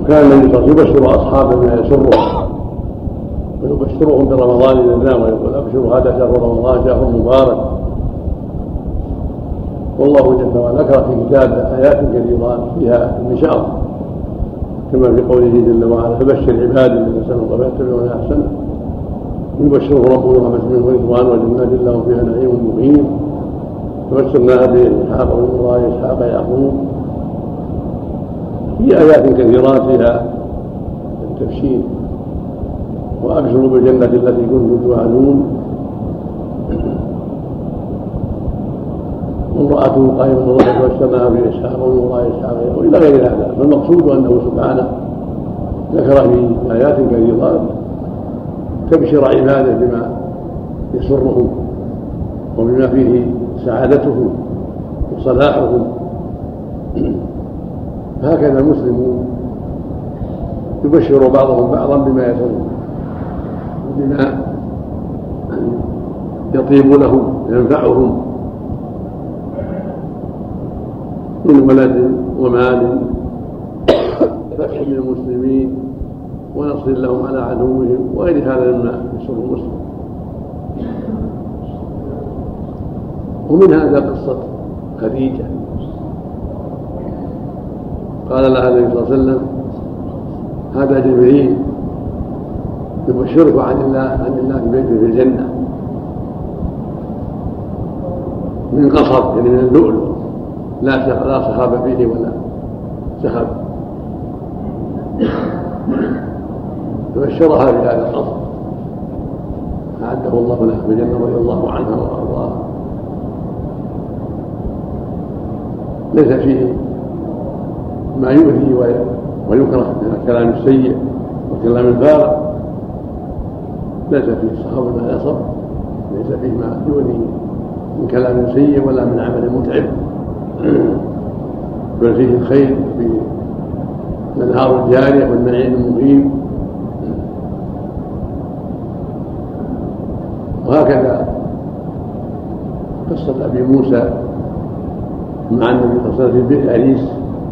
وكان النبي صلى الله عليه وسلم يبشر اصحابه بما يسرهم ويبشرهم برمضان الى النار ويقول ابشروا هذا شهر رمضان شهر مبارك. والله جل وعلا ذكر في كتابه ايات كثيرات فيها البشاره كما في قوله جل وعلا فبشر عبادي الذين اسلموا فيتبعون احسنه يبشره ربهم رحمه منه ورضوان وجنات لهم فيها نعيم مقيم. فبشرناها باسحاق ومن وراء اسحاق يعقوب. في ايات كثيرات فيها التبشير وابشروا بالجنه التي كنتم توعدون وامرأته قائمة وضحك بشرناها بإسحاق ومن وراء إسحاق وإلى غير هذا. فالمقصود أنه سبحانه ذكر في آيات كثيرات تبشر عباده بما يسرهم وبما فيه سعادتهم وصلاحهم. هكذا المسلمون يبشر بعضهم بعضا بما يسرهم وبما يطيب لهم ينفعهم من ولد ومال فتح من المسلمين ونصر لهم على عدوهم وغير هذا مما يسر المسلم. ومن هذا قصة خديجة قال لها النبي صلى الله عليه وسلم هذا جبريل يبشرك عن الله في بيته في الجنة من قصب يعني من اللؤلؤ لا صخاب فيه ولا سخب. فبشرها بهذا القصر أعده الله لها في الجنة رضي الله عنها وأرضاها. ليس فيه ما يؤذي ويكره من الكلام السيء والكلام الفارغ، ليس فيه صخب ولا نصب، ليس فيه ما يؤذي من كلام سيء ولا من عمل متعب، بل فيه الخير في الانهار الجاريه والنعيم المقيم. وهكذا قصه ابي موسى مع النبي صلى الله عليه وسلم في بئر عريس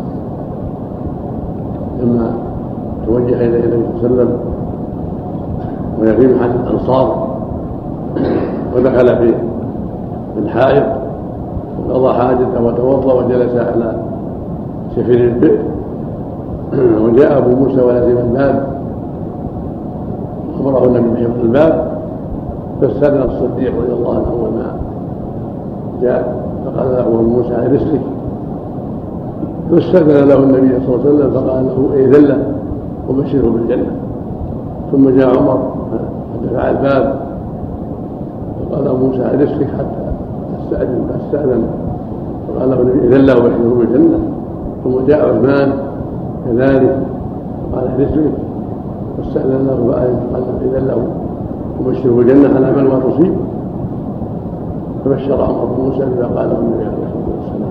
لما توجه الى النبي صلى الله عليه وسلم وهي في محل الانصار ودخل في الحائط وقضى حاجته وتوضا وجلس على سفر البئر وجاء ابو موسى ولزم الباب اخبره النبي بحفظ الباب فاستاذن الصديق رضي الله عنه اول ما جاء فقال له ابو موسى على رسلك، فاستاذن له النبي صلى الله عليه وسلم فقال له ائذن له وبشره بالجنه. ثم جاء عمر فدفع الباب فقال ابو موسى على رسلك حتى فاستأذن فقال له النبي ائذن له وبشره بالجنه. ثم جاء عثمان كذلك فقال رسلك فاستأذن له فقال له ائذن له وبشره بالجنه على من وتصيب. فبشر عمر بن موسى بما قاله النبي عليه الصلاه والسلام.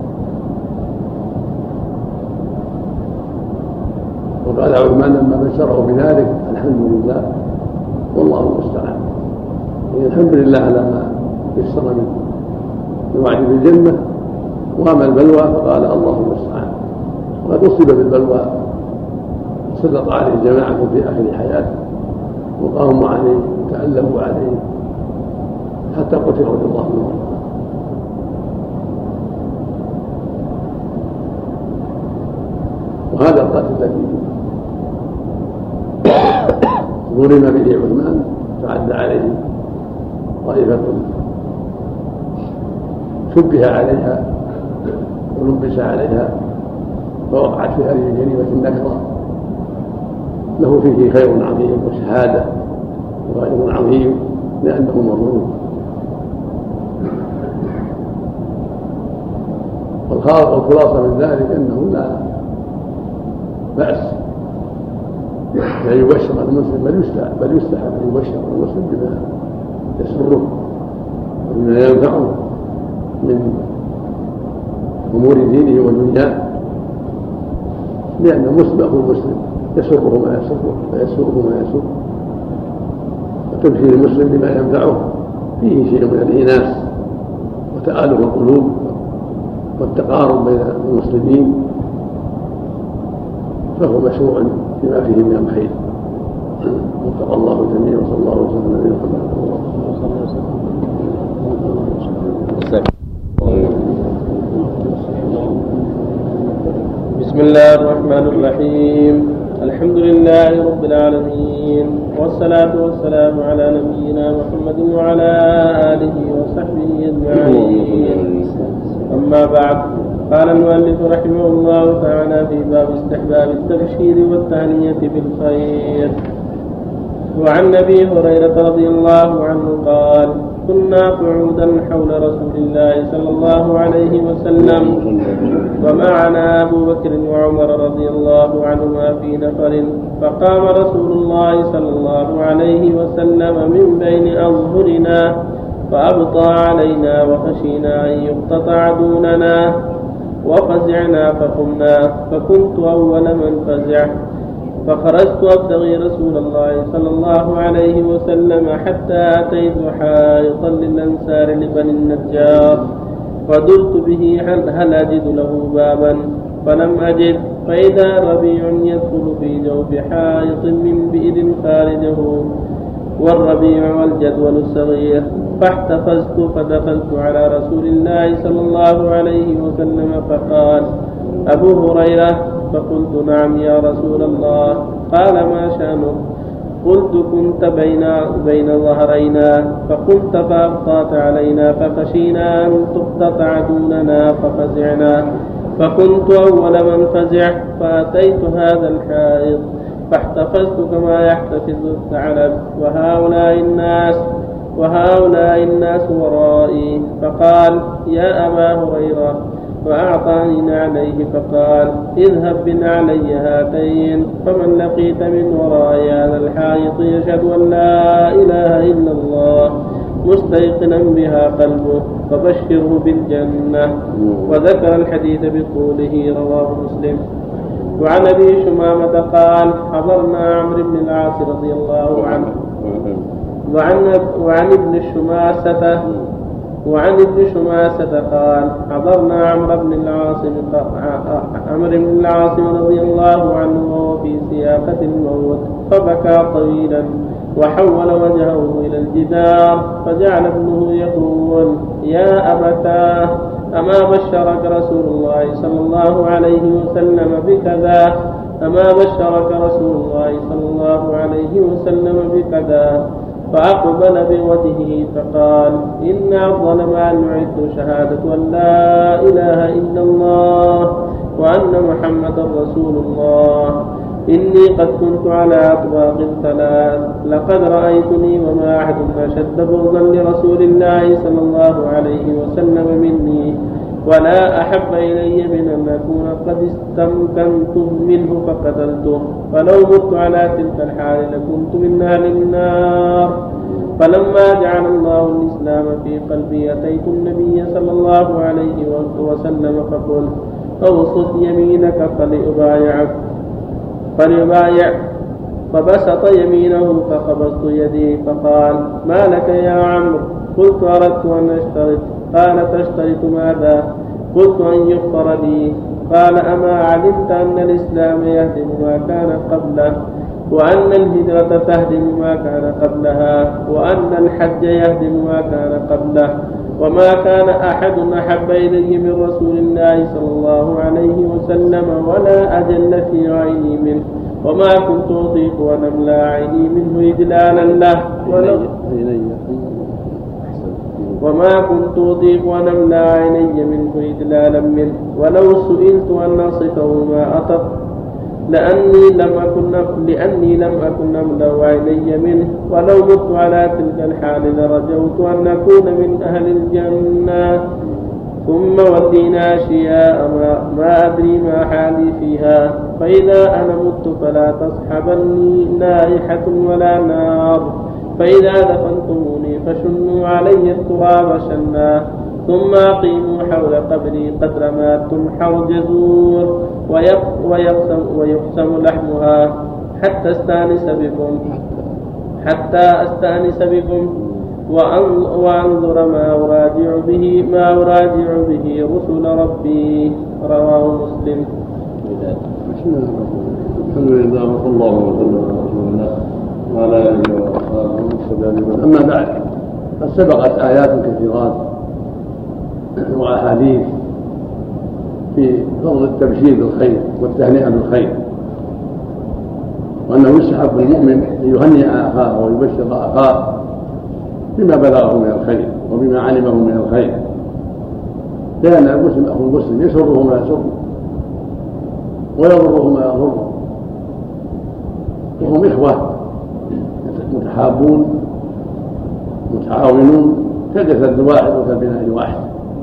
وقال عثمان لما بشره بذلك الحمد لله والله المستعان، يعني الحمد لله على ما يسر من الوعد بالجنه. واما البلوى فقال الله المستعان. وقد اصيب بالبلوى سلط عليه جماعه في اخر حياته وقاموا عليه وتألفوا عليه حتى قتل رضي الله عنه. وهذا القتل الذي ظلم به عثمان تعدى عليه طائفة شبه عليها ولبس عليها فوقعت في هذه الجريمة النكرة. له فيه خير عظيم وشهادة وغير عظيم لأنه مظلوم. والخلاصة من ذلك أنه لا بأس لا يبشر المسلم بل يستحب أن يبشر المسلم بما يسره وبما ينفعه من أمور دينه ودنياه، لأن المسلم أخو المسلم يسره ما يسره ويسره ما يسره. وتبشير المسلم بما ينفعه فيه شيء من الإناث وتآلف القلوب والتقارب بين المسلمين. فهو مشروع بما فيه من الخير. وفق الله الجميع وصلى الله وسلم على نبينا محمد. بسم الله الرحمن الرحيم. الحمد لله رب العالمين، والصلاة والسلام على نبينا محمد وعلى آله وصحبه أجمعين. أما بعد، قال المؤلف رحمه الله تعالى في باب استحباب التبشير والتهنئة بالخير. وعن أبي هريرة رضي الله عنه قال: كنا قعودا حول رسول الله صلى الله عليه وسلم ومعنا أبو بكر وعمر رضي الله عنهما في نفر، فقام رسول الله صلى الله عليه وسلم من بين أظهرنا فأبطى علينا وخشينا أن يقتطع دوننا وفزعنا فقمنا، فكنت أول من فزع، فخرجت أبتغي رسول الله صلى الله عليه وسلم حتى أتيت حائطا للأنصار لبني النجار، فدرت به هل أجد له بابا، فلم أجد، فإذا ربيع يدخل في جوف حائط من بئر خارجه، والربيع والجدول الصغير، فاحتفزت فدخلت على رسول الله صلى الله عليه وسلم فقال: أبو هريرة؟ فقلت: نعم يا رسول الله. قال: ما شأنك؟ قلت: كنت بين ظهرينا فقمت فأبطأت علينا فخشينا أن تقتطع دوننا ففزعنا، فكنت أول من فزع، فأتيت هذا الحائط فاحتفظت كما يحتفظ الثعلب، وهؤلاء الناس ورائي. فقال: يا أبا هريرة، وأعطاني نعليه فقال: اذهب بنعلي هاتين، فمن لقيت من وراء هذا الحائط يشهد أن لا إله إلا الله مستيقنا بها قلبه فبشره بالجنة. وذكر الحديث بطوله، رواه مسلم. وعن أبي شمامة قال: حضرنا عمرو بن العاص رضي الله عنه. وعن ابن شماسة قال: حضرنا عمرو بن العاص رضي الله عنه وهو في سياقة الموت، فبكى طويلا وحول وجهه إلى الجدار، فجعل ابنه يقول: يا أبتاه، أما بشرك رسول الله صلى الله عليه وسلم بكذا؟ أما بشرك رسول الله صلى الله عليه وسلم بكذا؟ فأقبل بوجهه فقال: إن أفضل ما نعد شهادة أن لا إله إلا الله وأن محمدا رسول الله. إني قد كنت على أطباق ثلاث، لقد رأيتني وما أحد أشد بغضا لرسول الله صلى الله عليه وسلم مني، ولا أحب إلي من أن أكون قد استمكنت منه فقتلته، فلو مت على تلك الحال لكنت من أهل النار. فلما جعل الله الإسلام في قلبي أتيت النبي صلى الله عليه وسلم فقلت: أبسط يمينك فليبايع، فبسط يمينه فقبضت يدي، فقال: ما لك يا عمرو؟ قلت: أردت أن أشترط. قال: تشترط ماذا؟ قلت: أن يغفر لي. قال: أما علمت أن الإسلام يهدم ما كان قبله، وأن الهجرة تهدم ما كان قبلها، وأن الحج يهدم ما كان قبله، وما كان أحد أحب إلي من رسول الله صلى الله عليه وسلم ولا أجل في عيني منه، وما كنت أطيق أن أملأ عيني منه إجلالا له، ولو سئلت أن أصفه ما أطق، لأني لم أكن أملأ عيني منه، ولو مت على تلك الحال لرجوت أن أكون من أهل الجنة. ثم ودينا أشياء ما أدري ما حالي فيها، فإذا أنا مت فلا تصحبني نائحة ولا نار، فإذا دفنتموني فشنوا علي التراب شنا، ثم أقيموا حول قبري قدر ما تنحر جزور ويقسم لحمها حتى أستأنس بكم وأنظر ما أراجع به رسل ربي. رواه مسلم. بذلك. بسم الله الرحمن الرحيم. الحمد لله وصلى الله وسلم على رسول الله وعلى اله واصحابه. اما بعد، قد سبقت ايات كثيرات واحاديث في فضل التبشير بالخير والتهنئه بالخير، وانه يستحب للمؤمن ان يهنئ اخاه ويبشر اخاه بما بلغه من الخير وبما علمه من الخير، لان المسلم اخو المسلم يسره ما يسره ويضره ما يضره، وهم اخوه متحابون متعاونون كجسد واحد وكالبناء الواحد،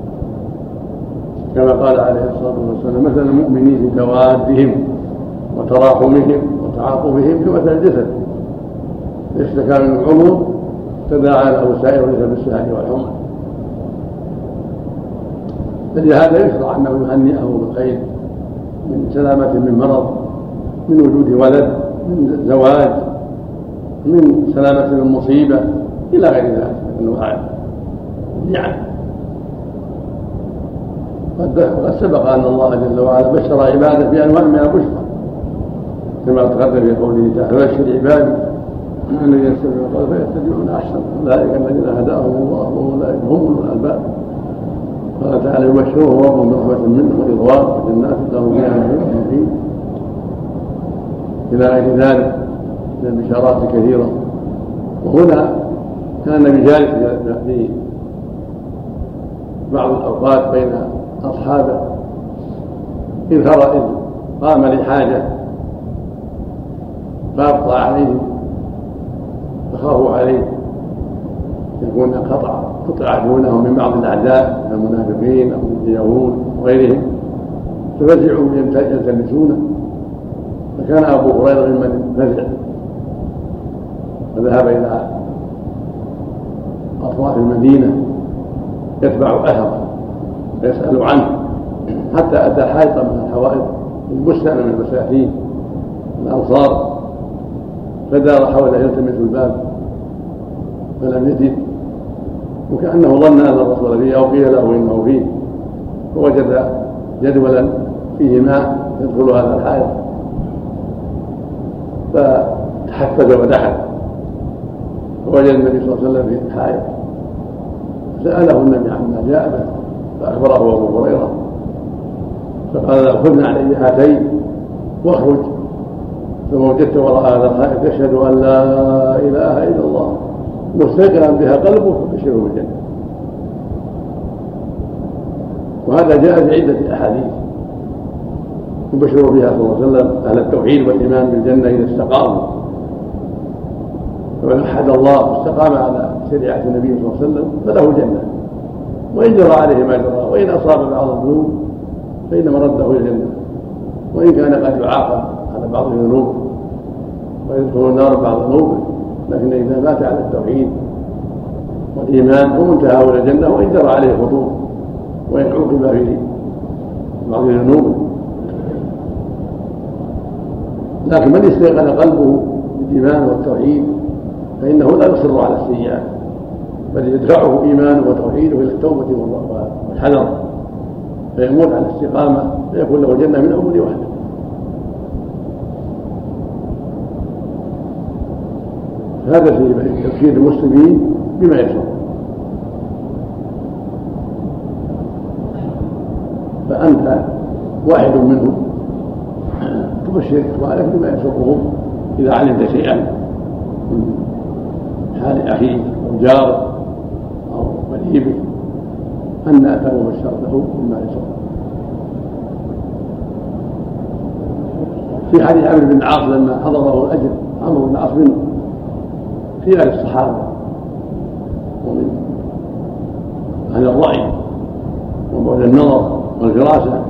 كما قال عليه الصلاه والسلام: مثل المؤمنين في توادهم وتراحمهم وتعاطفهم كمثل الجسد إذا اشتكى من العضو تداعى له سائر الجسد بالسهر والحمى. فلهذا يشرع انه يهنئه بالخير من سلامه من مرض، من وجود ولد، من زواج، من سلامه من مصيبه، الى غير ذلك من انواع النعم. قد سبق ان الله جل وعلا بشر عباده بانواع من البشرى كما تقدم في قوله تعالى: بشر عبادي الذين يستمعون القول فيتبعون احسن اولئك الذين هداهم الله واولئك هم اولو الالباب. قال تعالى: يبشرهم ربهم برحمه منه ورضوان وجنات لهم فيها نعيم مقيم، الى غير ذلك من البشارات الكثيره. وهنا كان النبي جالس في بعض الاوقات بين اصحابه إذ قام لحاجه فابطا عليه فخافوا عليه يكون قطع دونهم من بعض الاعداء من المنافقين او من اليهود وغيرهم، ففزعوا يلتمسونه، فكان ابو هريره ممن فزع فذهب الى اطراف المدينه يتبع اثره ويسال عنه حتى اتى حائطا من الحوائط البستان من البساتين الانصار، فدار حوله يلتمس الباب فلم يجد، وكأنه ظن أن الرسول فيه أو قيل له إنه فيه، فوجد جدولا فيه ماء يدخل هذا الحائط فتحفز ودخل، فوجد النبي صلى الله عليه وسلم في الحائط، سأله النبي عما جاء به فأخبره أبو هريرة فقال له: خذنا علي هاتين واخرج، ثم وجدت وراء هذا الحائط يشهد أن لا إله إلا الله مستيقنا بها قلبه فبشره بالجنة. وهذا جاء في عدة أحاديث يبشر بها صلى الله عليه وسلم أهل التوحيد والإيمان بالجنة إذا استقاموا، فمن وحد الله واستقام على شريعة النبي صلى الله عليه وسلم فله الجنة، وإن جرى عليه ما جرى، وإن أصاب بعض الذنوب فإن مرده إلى الجنة، وإن كان قد يعاقب على بعض الذنوب ويدخل النار بعض ذنوبه، لكن إذا مات على التوحيد والإيمان فمنتهى إلى الجنة، وإن جرى عليه خطوط وإن عوقب في بعض الذنوب. لكن من استيقن قلبه بالإيمان والتوحيد فإنه لا يصر على السيئات، بل يدفعه إيمانه وتوحيده إلى التوبة والحذر، فيموت على الاستقامة فيكون له الجنة من أول وحده. هذا في تبشير المسلمين بما يسر. فأنت واحد منهم تبشر إخوانك بما يسرهم إذا علمت شيئا من حال أخيك أو جارك أو قريبك أن أتى وبشرته بما يسره. في حديث عمرو بن العاص لما حضره الأجر، عمرو بن العاص من خيار الصحابة ومن أهل الرأي وبعد النظر والفراسة،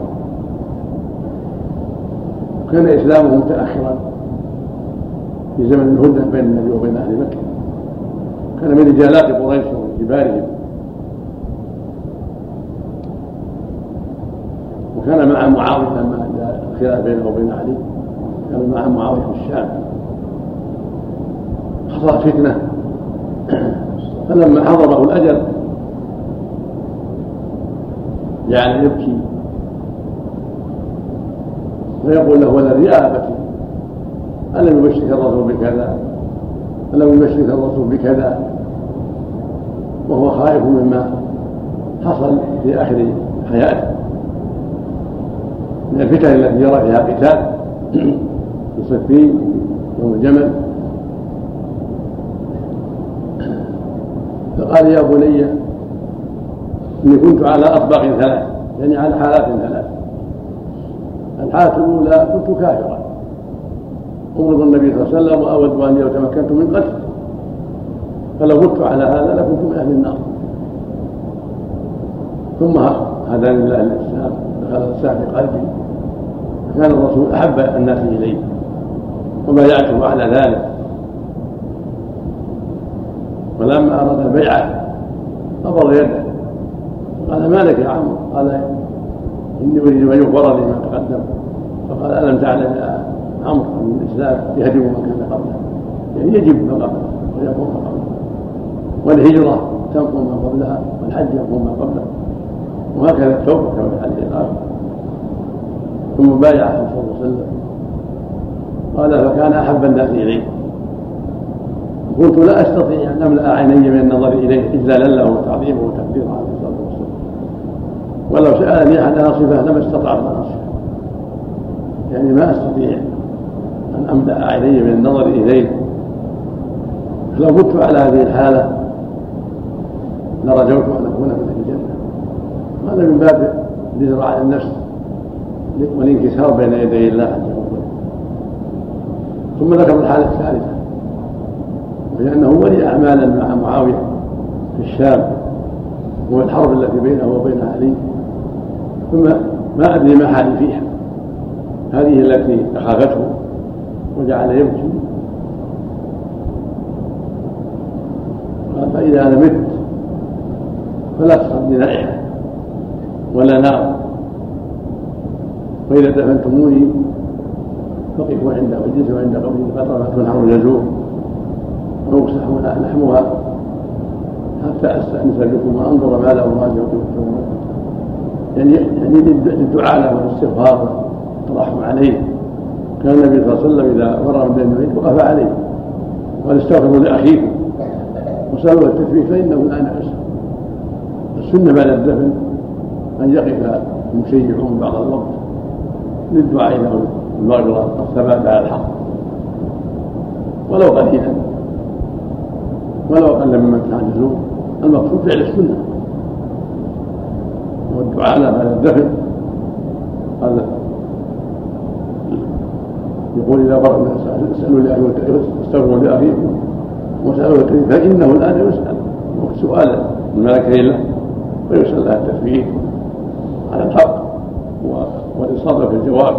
وكان إسلامه متأخرا في زمن الهدنة بين النبي وبين أهل مكة، كان من رجالات قريش وكبارهم، وكان مع معاوية لما جاء الخلاف بينه وبين علي، كان مع معاوية في الشام، حصلت فتنة، فلما حضره الأجل جعل يبكي فيقول له والذي أبتي ألم يبشرك الرسول بكذا ألم يبشرك الرسول بكذا، وهو خائف مما حصل في آخر حياته من الفتن التي يرى فيها قتال في صفين يوم الجمل. فقال يا بني إني كنت على أطباق ثلاث، يعني على حالات ثلاث. الحالة الأولى كنت كافرا أمر النبي صلى الله عليه وسلم وأود أن لو تمكنت من قتله، فلو مت على هذا لكنت من أهل النار. ثم هداني الله الإسلام، دخل الإسلام في قلبي، كان الرسول أحب الناس إليه وبايعته على ذلك. ولما أراد البيعة أبر يده قال ما لك يا عمرو؟ قال إني أريد أن يغفر لي ما تقدم. فقال ألم تعلم يا عمرو أن الإسلام يهدم ما كان قبله، يعني يجب ما قبله ويكون ما قبله، والهجرة تنقل ما قبلها والحج يكون ما قبله، وهكذا التوبة كما في الحديث الآخر. ثم بايعه صلى الله عليه وسلم قال فكان أحب الناس إليه، قلت لا أستطيع أن أملأ عيني من النظر إليه إجلالا له وتعظيمه وتقديره عليه الصلاة والسلام، ولو سألني أحد نصفه لما استطعت نصفه، يعني ما أستطيع أن أملأ عيني من النظر إليه. فلو مت على هذه الحالة لرجوت أن أكون من الجنة. هذا من باب الإذراع النفس والانكسار بين يدي الله عز وجل. ثم ذكر الحالة الثالثة، لأنه ولي أعمالا مع معاوية في الشام والحرب التي بينه وبين علي، ثم ما أدري ما حالي فيها. هذه التي أخافته وجعل يبكي. قال فإذا أنا مت فلا تصبني نائحة ولا نار، وإذا دفنتموني فقفوا عند واجلسوا عند قبري قطرة تنحر الجزور ويمسح لحمها حتى أستأنس بكم وأنظر ما لا أراجعكم، يعني للدعاء له والاستغفار والترحم عليه. كان النبي صلى الله عليه وسلم إذا مر من بين الميت وقف عليه قال استغفروا لأخيكم وسألوا التثبيت فإنه الآن يسر. السنة بعد الدفن أن يقف المشيعون بعض الوقت للدعاء له المغفرة والثبات على الحق، ولو قليلا ولو أقل مما تحدثون. المقصود فعل السنة والدعاء له بعد الدفن. قال يقول إذا برأ استغفروا لأخيكم وسألوا التثبيت فإنه الآن يسأل، وقت سؤال الملكين له ويسأل لها التثبيت على الحق والإصابة في الجواب.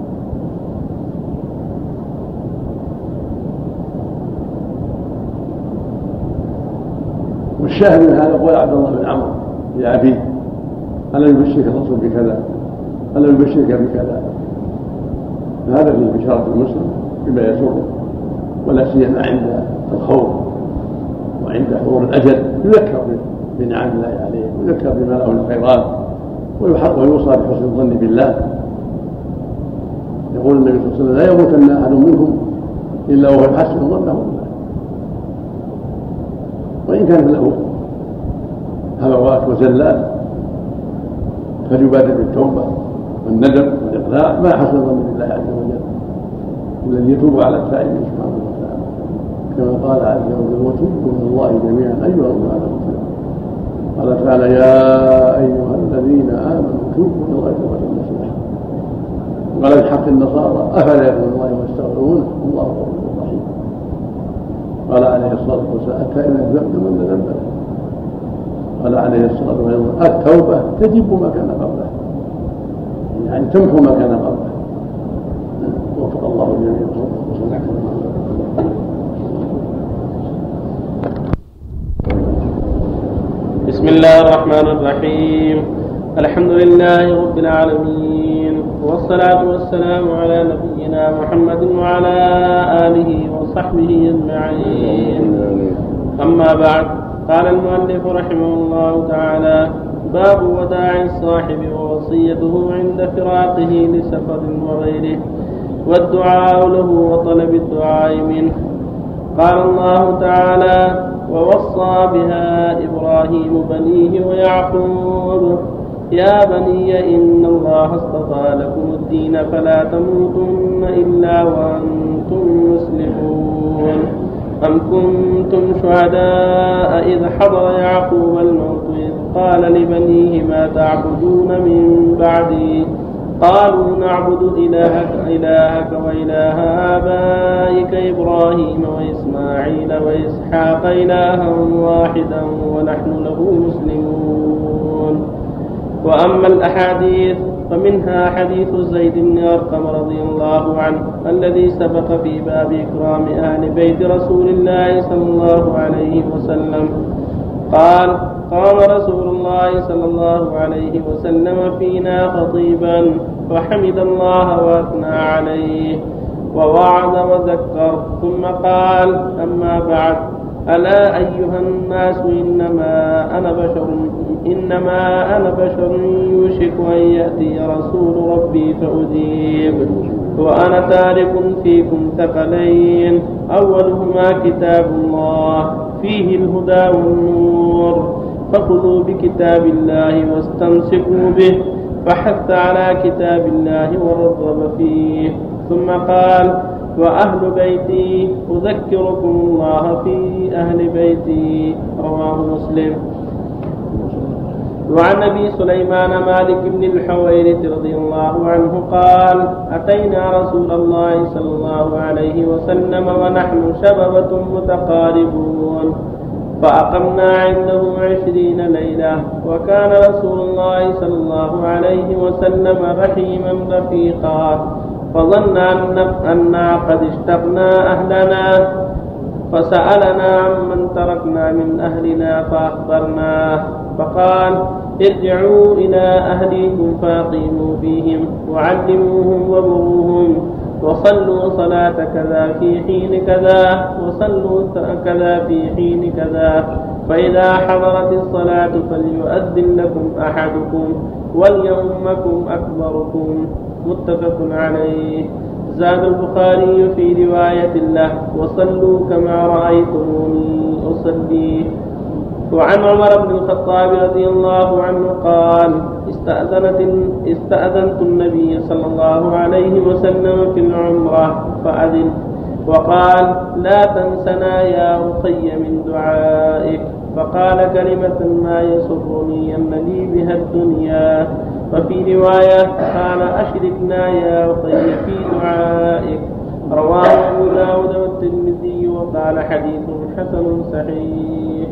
والشاهد من هذا قول عبد الله بن عمرو لأبيه ألم يبشرك الرسول بكذا ألم يبشرك بكذا. هذا في بشارة المسلم بما يسره، ولا سيما عند الخوف وعند حضور الأجل يذكر بنعم الله عليه ويذكر بما له من الخيرات ويوصى بحسن الظن بالله. يقول النبي صلى الله عليه وسلم لا يموتن أحد منكم إلا وهو يحسن ظنه بالله، وإن كان له هلوات وزلات فليبادر بالتوبة والندم والإقلاع ما حسن ظن بالله عز وجل، الذي يتوب على التائب سبحانه وتعالى كما قال عز وجل وتوبوا إلى الله جميعا أيها المؤمنون. قال تعالى يا أيها الذين آمنوا توبوا إلى الله توبة نصوحا. وقال الحق النصارى أفلا يكون الله ويستغفرونه والله غفور رحيم. قال عليه الصلاة والسلام التائب الذنب من ذنبه. قال عليه الصلاة والسلام التوبة تجب ما كان قبله، يعني تمحو ما كان قبله. وفق الله الجميع. بسم الله الرحمن الرحيم. الحمد لله رب العالمين، والصلاة والسلام على نبينا محمد وعلى آله وصحبه أجمعين. أما بعد، قال المؤلف رحمه الله تعالى باب وداع الصاحب ووصيته عند فراقه لسفر وغيره والدعاء له وطلب الدعاء منه. قال الله تعالى: ووصى بها إبراهيم بنيه ويعقوب يا بني إن الله اصطفى لكم الدين فلا تموتن إلا وأنتم مسلمون. أم كنتم شهداء إذ حضر يعقوب الموت إذ قال لبنيه ما تعبدون من بعدي قالوا نعبد إلهك وإله آبائك إبراهيم وإسماعيل وإسحاق إلها واحدا ونحن له مسلمون. وأما الأحاديث فمنها حديث زيد بن أرقم رضي الله عنه الذي سبق في باب إكرام أهل بيت رسول الله صلى الله عليه وسلم قال: قام رسول الله صلى الله عليه وسلم فينا خطيبا فحمد الله وأثنى عليه ووعظ وذكر ثم قال: أما بعد، ألا أيها الناس إنما أنا بشر يوشك أن يأتي رسول ربي فأجيب، وأنا تارك فيكم ثقلين أولهما كتاب الله فيه الهدى والنور، فخذوا بكتاب الله واستمسكوا به، فحث على كتاب الله ورغب فيه. ثم قال: وأهل بيتي أذكركم الله في أهل بيتي. رواه مسلم. وعن أبي سليمان مالك بن الحويرث رضي الله عنه قال: أتينا رسول الله صلى الله عليه وسلم ونحن شببة متقاربون فأقمنا عنده 20 ليلة، وكان رسول الله صلى الله عليه وسلم رحيما رفيقا، فظنا أنا قد اشتقنا أهلنا فسألنا عمن تركنا من أهلنا فأخبرناه، فقال: ارجعوا إلى أهليكم فأقيموا فيهم وعلموهم وبروهم وصلوا صلاة كذا في حين كذا وصلوا كذا في حين كذا، فإذا حضرت الصلاة فليؤذن لكم أحدكم وليؤمكم أكبركم. متفق عليه. زاد البخاري في رواية له: وصلوا كما رأيتموني أصلي. وعن عمر بن الخطاب رضي الله عنه قال: استأذنت النبي صلى الله عليه وسلم في العمرة فأذن، وقال: لا تنسنا يا أخي من دعائك، فقال: كلمة ما يسرني أن لي بها الدنيا. وفي رواية قال: أشركنا يا أخي في دعائك. رواه أبو داود والترمذي وقال: حديث حسن صحيح.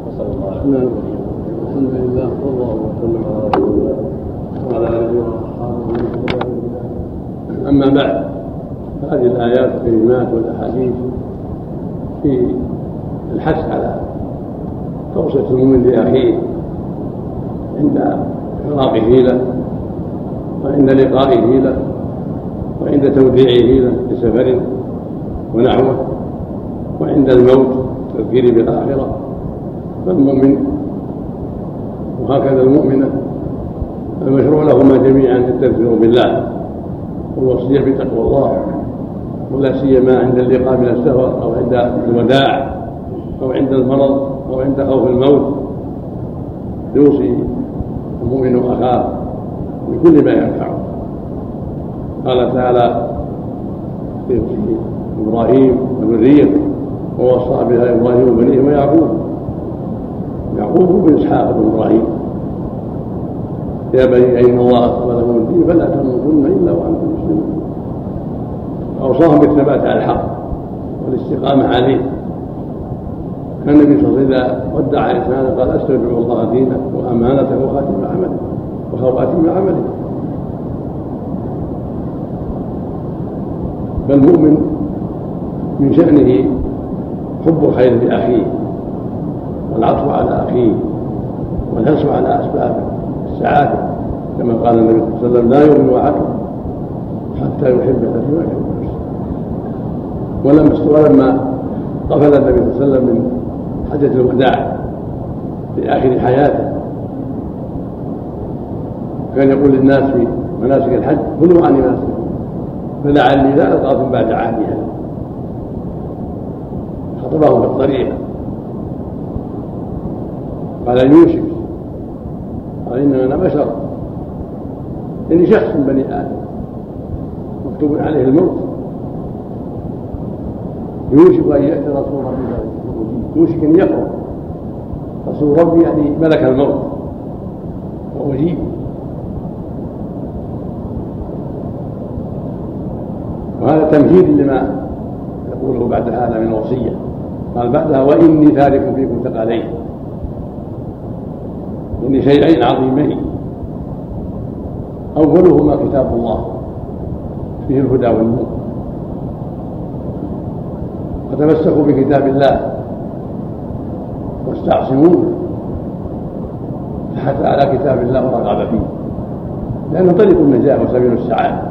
الحمد لله صلى الله وسلم على رسول الله وعلى آله وأصحابه. أما بعد، هذه الآيات الكريمات والأحاديث في الحث على توصية المؤمن لأخيه عند فراقه له وعند لقائه له وعند توديعه له لسفر ونحوه وعند الموت تذكير بالآخرة. فالمؤمن وهكذا المؤمنة المشروع لهما جميعا التذكير بالله والوصية بتقوى الله، ولا سيما عند اللقاء من السفر أو عند الوداع أو عند المرض أو عند خوف الموت، يوصي المؤمن أخاه بكل ما ينفعه. قال تعالى في إبراهيم وذريته: ووصى بها إبراهيم بنيه ويعقوب. يعقوب بن إسحاق بن إبراهيم: يا بني إن الله اصطفى لكم الدين فلا تموتن إلا وأنتم مسلمون. أوصاهم بالثبات على الحق والاستقامة عليه. كان النبي صلى الله عليه وسلم إذا ودع إنسانا قال: أستودع الله دينه وأمانته وخواتيم عمله. فالمؤمن من شأنه حب الخير لأخيه والعطف على أخيه والحرص على أسباب السعادة، كما قال النبي صلى الله عليه وسلم: لا يؤمن أحدكم حتى يحب لأخيه ما يحب نفسه. ولما قفل النبي صلى الله عليه وسلم من حجة الوداع في آخر حياته كان يقول للناس في مناسك الحج كلوا عني مناسككم فلعلي لا ألقاكم بعد عامي هذا. خطبهم بالطريقة قال يوشك قال إنما أنا بشر إني شخص من بني آدم مكتوب عليه الموت يوشك أن يأتي رسول ربي يوشك أن يقرأ رسول ربي يعني ملك الموت وأجيب. وهذا تمهيد لما يقوله بعد هذا من الوصية. قال بعدها وإني تارك فيكم ثقلين إني شيئين عظيمين أولهما كتاب الله فيه الهدى والنور فتمسكوا بكتاب الله واستعصموه فحث على كتاب الله ورغب فيه لأنه طريق النجاة وسبيل السعادة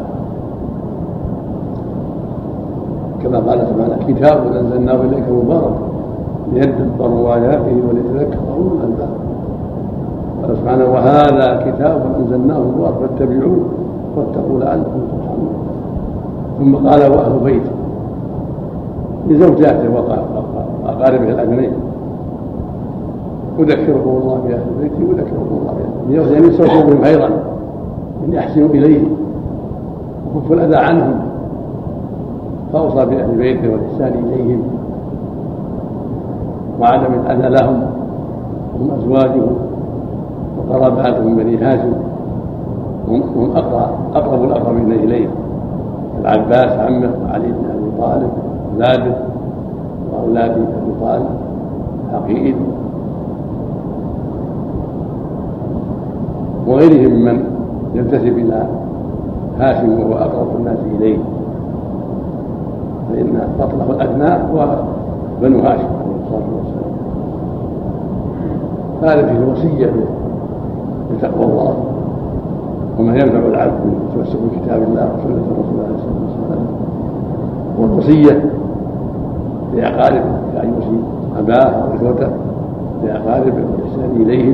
كما قال سبحانه كتاب أنزلناه إليك مبارك ليدبروا آياته وليتذكر أولو الألباب. قال سبحانه وهذا كتاب أنزلناه مبارك فاتبعوه واتقوا لعلكم ترحمون. ثم قال وأهل بيته لزوجاته وأقاربه الأدنين أذكركم الله بأهل بيتي وأذكركم الله بأهل بيتي يعني يستوصوا بهم خيرا أن يحسنوا إليهم وكفوا الأذى عنهم فأوصى بأهل بيته والإحسان إليهم وعدم الأذى لهم هم أزواجه وقراباتهم بني هاشم هم أقرب الأقربين إليه العباس عمه وعلي بن أبي طالب أولاده وأولاد أبي طالب عقيل وغيرهم ممن ينتسب إلى هاشم وهو أقرب الناس إليه فإن فضله الأدنى هو بنو هاشم عليه الصلاة والسلام. هذا فيه الوصية بتقوى الله وما ينفع العبد من التمسك بكتاب الله وسنة الرسول عليه الصلاة والسلام والوصية لأقاربه كأن يوصي أباه وإخوته لأقاربه والإحسان إليهم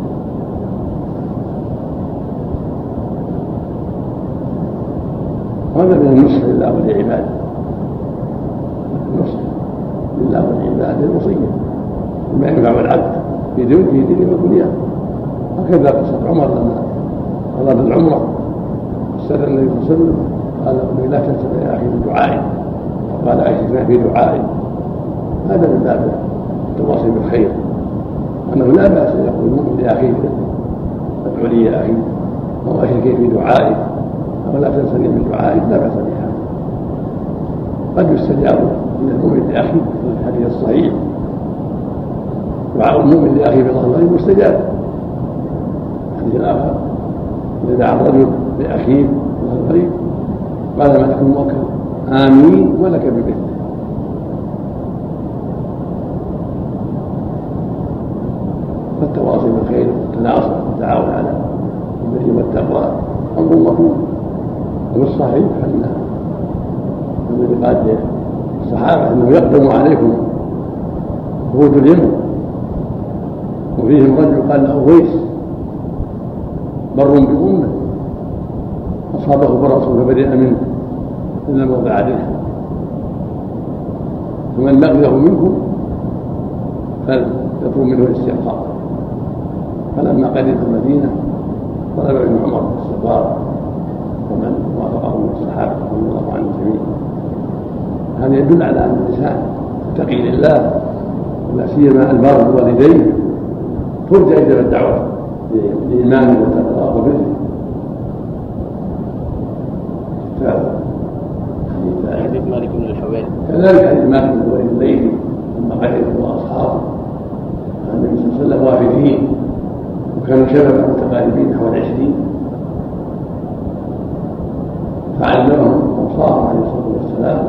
وهذا من النصح لله ولعباده النصح لله ولعباده الوصية بما ينفع العبد في دينه ودنياه. هكذا قصة عمر لما أراد العمرة استأذن النبي صلى الله عليه وسلم قال له لا تنسى يا أخي بدعائي وقال أشركنا في دعائي. هذا من باب التواصي بالخير أنه لا بأس أن يقول المؤمن لأخيه ادعو لي يا أخي أو أشركي في دعائي أو لا تنسني من دعائي لا بأس بها. قد يستجاب من المؤمن لأخيه في الحديث الصحيح دعاء المؤمن لأخيه بالله مستجاب. الحديث الآخر إذا دعا الرجل لأخيه من الغريب قال ما تكون موكل آمين ولك بمثله. فالتواصي بالخير والتناصر والتعاون على البر والتقوى أمر مطلوب. والصحيح أن الذي قال الصحابة أنه يقدم عليكم وفود اليمن وفيهم رجل قال له ويس بر بأمه أصابه برص فبرئ منه إلا موضع ريحه ومن لقيه منكم فليطلب منه الاستغفار. فلما قدم المدينة طلب ابن عمر الاستغفار ومن وافقه من الصحابة رضي الله عنهم جميعا. هذا يدل على أن الإنسان يتقي لله ولا سيما البار بوالديه ترجى إجابة الدعوة لإيمانه وتقواه وبره. حديث مالك بن الحويرث كذلك حديث مالك بن الحويرث الليلي لما قدم واصحابه النبي صلى الله عليه وسلم وافدين وكانوا شبابا متقاربين حوالي 20 فعلمهم وصاروا عليه الصلاه والسلام.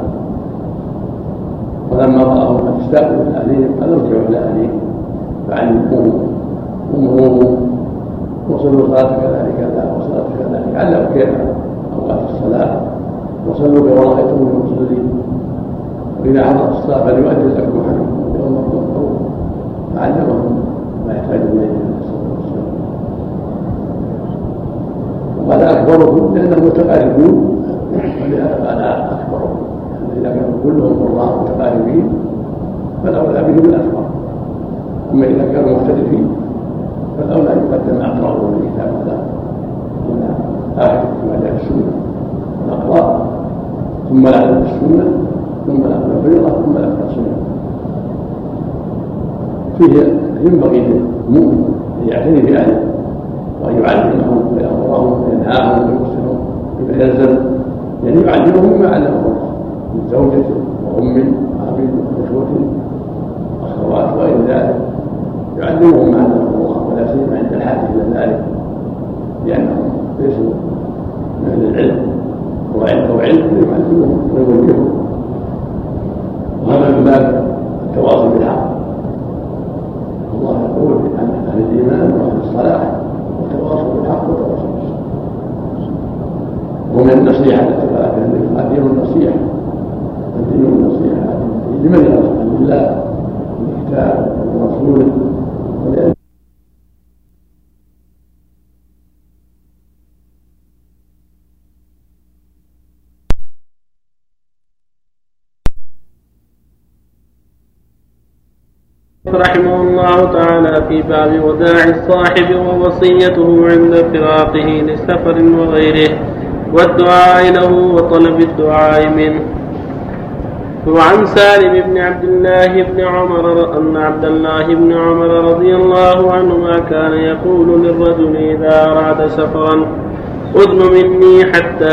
ولما راهم قد استاقوا الى اهلهم قال ارجعوا الى اهلهم فعلموهم وامروهم وصلوا صلاه كذلك كذا وصلاه كذلك علموا كيف اوقات الصلاه وصلوا كما رايتم المصلين واذا حضرت الصلاه فليؤذن لكم احدكم يوم الظهر فعلمهم ما يحتاجون اليه عليه الصلاه والسلام. وقال أكبرهم لأنهم متقاربون، ولهذا قال أكبرهم، يعني إذا كانوا كلهم قراء متقاربين فالأولى بهم الأكبر. أما إذا كانوا مختلفين فالأولى أن يقدم أقرأهم من كتاب الله إلى آخر ما جاء في السنة، الأقراء ثم الأعلم بالسنة ثم الأقرأ الفريضة ثم الأقرأ السنة. فيه ينبغي للمؤمن أن يعتني بأهله وأن يعلمهم ويأمرهم وينهاهم ويرسلهم بما يلزم، يعني يعلمهم مما علمه الله من زوجة وأم وأب وإخوة وأخوات وغير ذلك، يعلمهم ما علمه الله ولا سيما عند الحاجة إلى ذلك، لأنهم ليسوا من أهل العلم أو علم يعلمهم ويوجههم. وهذا من باب التواصي بالحق. الله يقول عن أهل الإيمان وأهل الصلاح وتواصوا بالحق وتواصوا بالصبر. ومن النصيحة التي قالت الدين النصيحة، الدين النصيحة لمن ينصح لله والكتاب ورسوله. رحمه الله تعالى في باب وداع الصاحب ووصيته عند فراقه لسفر وغيره والدعاء له وطلب الدعاء منه. وعن سالم بن عبد الله بن عمر أن عبد الله بن عمر رضي الله عنهما كان يقول للرجل إذا أراد سفرا أذن مني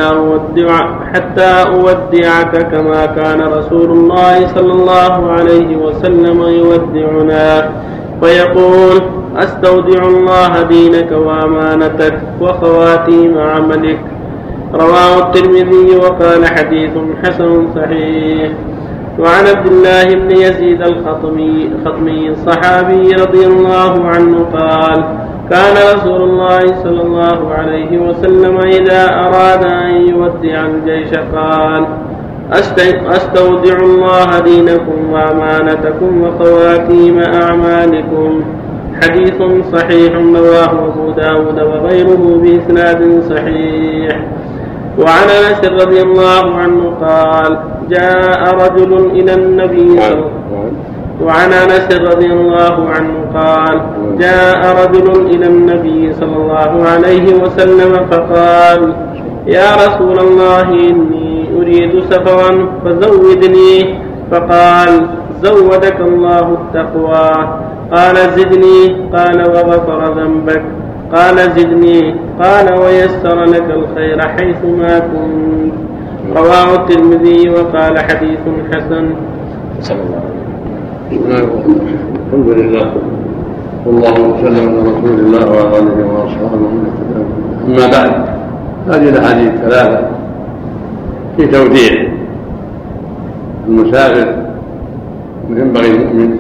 حتى أودعك كما كان رسول الله صلى الله عليه وسلم يودعنا، فيقول أستودع الله دينك وأمانتك وخواتيم عملك. رواه الترمذي وقال حديث حسن صحيح. وعن عبد الله بن يزيد الخطمي الصحابي رضي الله عنه قال كان رسول الله صلى الله عليه وسلم إذا أراد أن يودع الجيش قال أستودع الله دينكم وأمانتكم وخواتيم أعمالكم. حديث صحيح رواه أبو داود وغيره بإسناد صحيح. وعن أنس رضي الله عنه قال جاء رجل إلى النبي وعن أنس رضي الله عنه قال جاء رجل إلى النبي صلى الله عليه وسلم فقال يا رسول الله إني أريد سفرا فزودني، فقال زودك الله التقوى. قال زدني، قال وغفر ذنبك. قال زدني، قال ويسر لك الخير حيثما كنت. رواه الترمذي وقال حديث حسن. صلى الله عليه وسلم. الحمد لله والله وسلم على رسول الله وعلى اله واصحابه ومن اهتدى. اما بعد، هذه الاحاديث الثلاثه في توديع المسافر، وينبغي المؤمن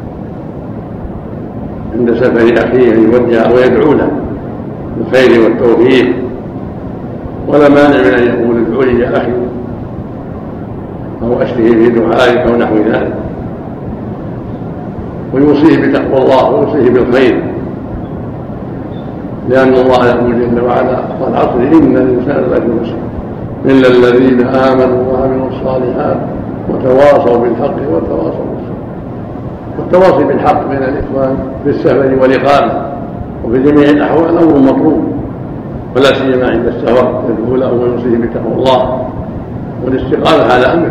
عند سفر اخيه ان يودع ويدعو له بالخير والتوفيق، ولا مانع من ان يقول ادعو لي يا اخي او اشتهي في دعائك او نحو ذلك، ويوصيه بتقوى الله ويوصيه بالخير، لأن الله يقول جل وعلا والعصر إن الإنسان لفي خسر إلا الذين آمنوا وعملوا الصالحات وتواصوا بالحق وتواصوا بالصبر. والتواصي بالحق بين الإخوان في السفر والإقامة وفي جميع الأحوال أمر مطلوب، ولا سيما عند السفر يدعو له ويوصيه بتقوى الله والاستقامة على أمره،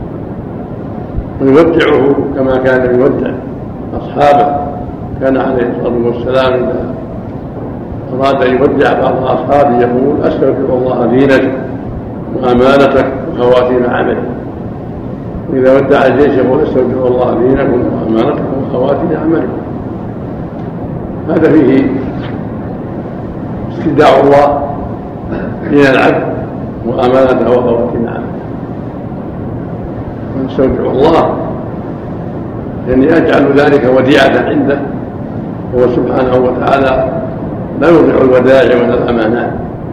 ويودعه كما كان يودع أصحابه. كان عليه الصلاة والسلام إذا أراد أن يودع بعض أصحابه يقول أستودع الله دينك وأمانتك وخواتيم عملك. وإذا ودع الجيش يقول أستودع الله دينكم وأمانتكم وخواتيم عملكم. هذا فيه استوداع الله دين العبد وأمانته وخواتيم عمله. ونستودع الله يعني يجعل ذلك وديعة عنده، هو سبحانه وتعالى لا يضيع الودائع ولا الأمانات،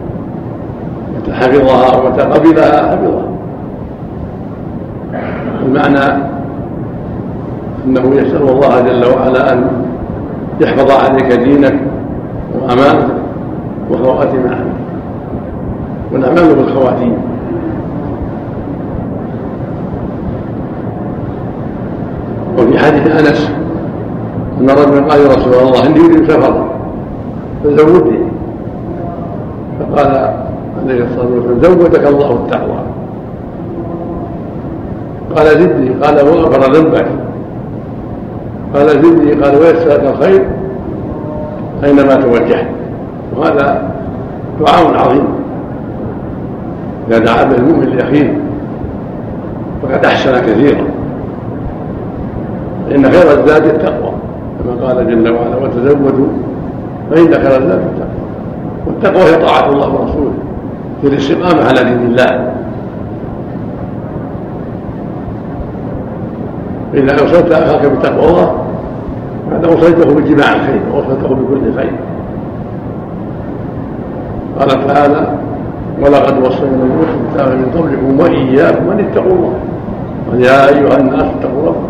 حفظها وتقبلها حفظها. المعنى أنه يسأل الله جل وعلا أن يحفظ عليك دينك وأمانتك وخواتيم عملك، والأعمال بالخواتيم. وفي حديث أنس أن رجلا قال: يا رسول الله إني أريد سفرا فزودني، فقال عليه الصلاة والسلام: زودك الله التقوى. قال: زدني. قال: وغفر ذنبك. قال: زدني. قال: ويسر لك الخير أينما توجهت. وهذا دعاء عظيم إذا دعا به المؤمن لأخيه فقد أحسن كثيرا، فإن خير الزاد التقوى كما قال جل وعلا: وتزودوا فإن خير الزاد التقوى. والتقوى هي طاعة الله ورسوله في الاستقامة على دين الله. إذا أوصلت أخاك بتقوى الله فقد أوصيته بجماع الخير وأوصيته بكل خير. قال تعالى: ولقد وصينا الكتاب من قبلكم وإياكم أن اتقوا الله. يا أيها الناس اتقوا ربكم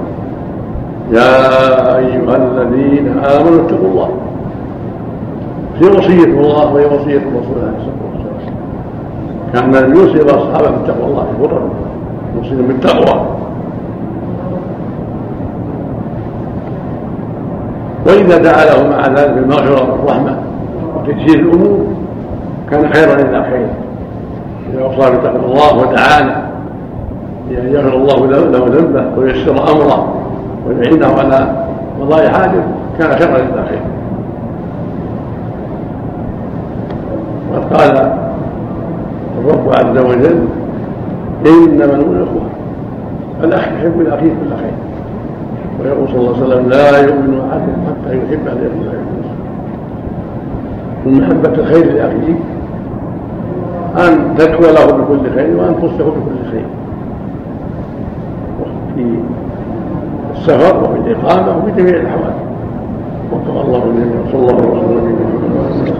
يا أيها الذين آمنوا اتقوا الله. في وصية الله وهي وصية الرسول عليه الصلاة والسلام. كان النبي يوصي أصحابه بتقوى الله في غرر، يوصيهم بالتقوى. وإذا دعا له مع ذلك بالمغفرة والرحمة وتيسير الأمور كان خيرا إلى خير. إذا وصى بتقوى الله ودعانا بأن يغفر الله له ذنبه وييسر أمره ويعينه على قضاء حاجه كان خيرا إلى خير. وقد قال الرب عز وجل: إنما المؤمنون إخوة، الأخ يحب لأخيه كل خير. ويقول صلى الله عليه وسلم: لا يؤمن أحدكم حتى يحب لأخيه خير. من محبة الخير لأخيه أن تدعو له بكل خير وأن تصلحه بكل خير في السفر وفي الإقامة وفي جميع الأحوال. وفق الله الجميع. صلى الله عليه وسلم.